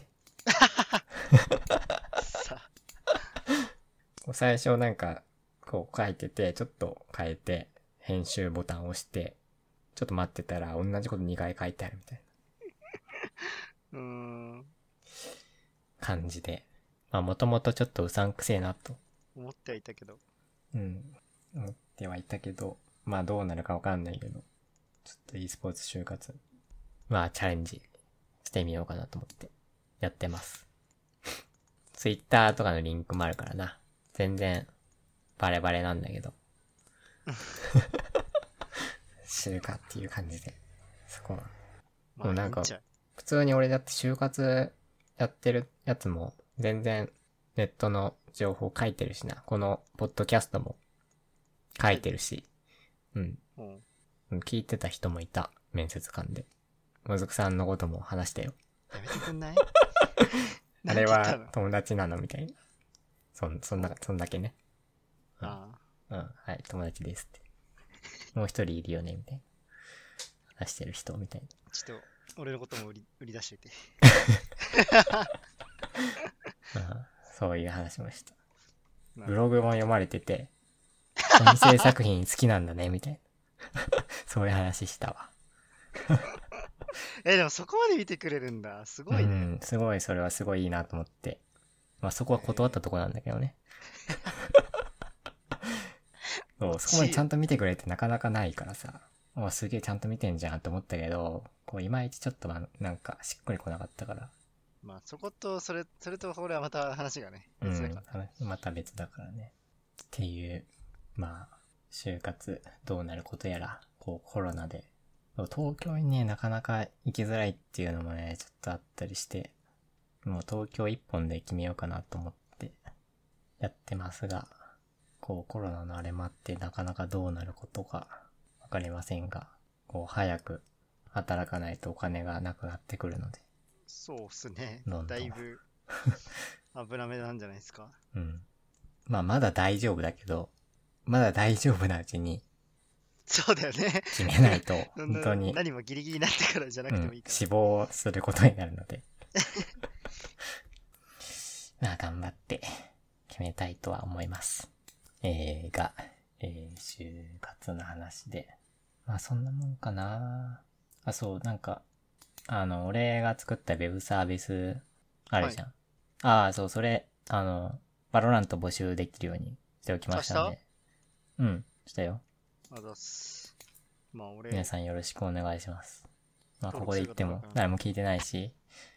最初なんか、こう書いてて、ちょっと変えて、編集ボタンを押して、ちょっと待ってたら同じことにかい書いてあるみたいな。うーん。感じで。まあもともとちょっとうさんくせえなと。 思ってはいたけど。 うん。思ってはいたけど、まあどうなるかわかんないけど、ちょっと e スポーツ就活、まあチャレンジしてみようかなと思ってやってます。Twitter とかのリンクもあるからな。全然バレバレなんだけど。知るかっていう感じで。そこは。もうなんか、普通に俺だって就活やってるやつも全然ネットの情報書いてるしな。このポッドキャストも書いてるし。うん。うん、聞いてた人もいた。面接官で。もずくさんのことも話したよ。 やめてくんないあれは友達なのみたいな。そん、そんな、そんだけね。うん、ああ。うん、はい、友達ですって。もう一人いるよね、みたいな。話してる人みたいな。 ちょっと、俺のことも売り、売り出しといて。 うん、そういう話もした。 ブログも読まれてて、音声作品好きなんだね、みたいな。そういう話したわ。 え、でもそこまで見てくれるんだ。すごいね。 うん、すごい、それはすごいいいなと思って。まあそこは断ったとこなんだけどね。そう、そこまでちゃんと見てくれてなかなかないからさ。あ、すげえちゃんと見てんじゃんと思ったけど、こういまいちちょっとまなんかしっくりこなかったから。 まあそこと、それ、それとこれはまた話がね、 うん、 別だから。 また別だからね。っていう、まあ、就活どうなることやら、こうコロナで。東京にね、なかなか行きづらいっていうのもね、ちょっとあったりして、もう東京一本で決めようかなと思ってやってますが、こうコロナのあれもあってなかなかどうなることかわかりませんが、こう早く働かないとお金がなくなってくるので。 そうっすね。 どんどんだいぶ危なめなんじゃないですか。 うん。まあまだ大丈夫だけど、まだ大丈夫なうちにそうだよね。 決めないと、 そんな本当に、 何もギリギリになってからじゃなうん、 くてもいいから。 死亡することになるので。まあ頑張って決めたいとは思います。えー、が、えー、就活の話で。まあそんなもんかな。あ、そう、なんか、あの、俺が作ったウェブサービスあるじゃん。ああ、そう、それ、あの、バロラント募集できるようにしておきましたんで。うん、したよ。 あざっす。まあ俺、 皆さんよろしくお願いします。まあここ登録するで言ってもかどうかな誰も聞いてないし、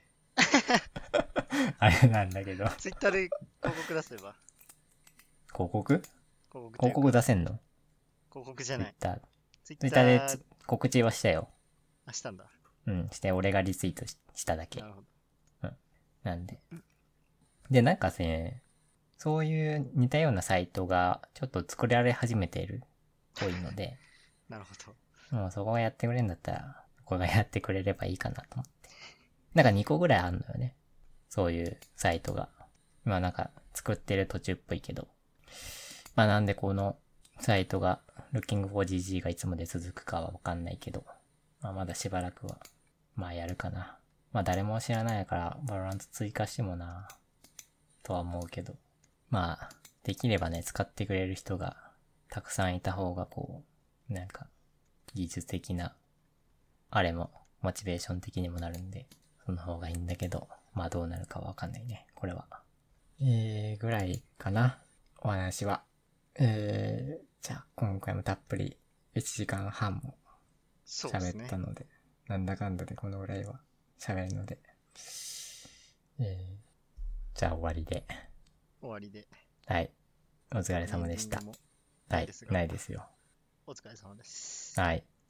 あれなんだけど。 ツイッターで広告出せば。 広告広告ってい広うか告出せんの？ 広告じゃない。 Twitter。 ツイッ Twitter タでー、 告知はしたよ。 あ、したんだ。 うん、して俺がリツイート し, しただけな。るほど。 なんで。で、なんかね、そういう似たようなサイトがちょっと作られ始めているっぽいので、 なるほど。 もうそこがやってくれるんだったら、ここがやってくれればいいかなと思って。なんかにこぐらいあんのよね。そういうサイトが。まあなんか作ってる途中っぽいけど。まあなんでこのサイトが Looking for ジージー がいつまで続くかはわかんないけど、まあまだしばらくは、まあやるかな。まあ誰も知らないからバロラント追加してもな、とは思うけど。まあ、できればね、使ってくれる人がたくさんいた方がこう、なんか、技術的な、あれも、モチベーション的にもなるんで、その方がいいんだけど、まあどうなるかわかんないね、これは。えー、ぐらいかな、お話は。えー、じゃあ今回もたっぷりいちじかんはんも喋そうですね。 ったので、なんだかんだでこのぐらいは喋るので、えー、じゃあ終わりで。 終わりで。 はい。お疲れ様でした。 エンディングもはいないです。がないですよ。 お疲れ様です。 はい。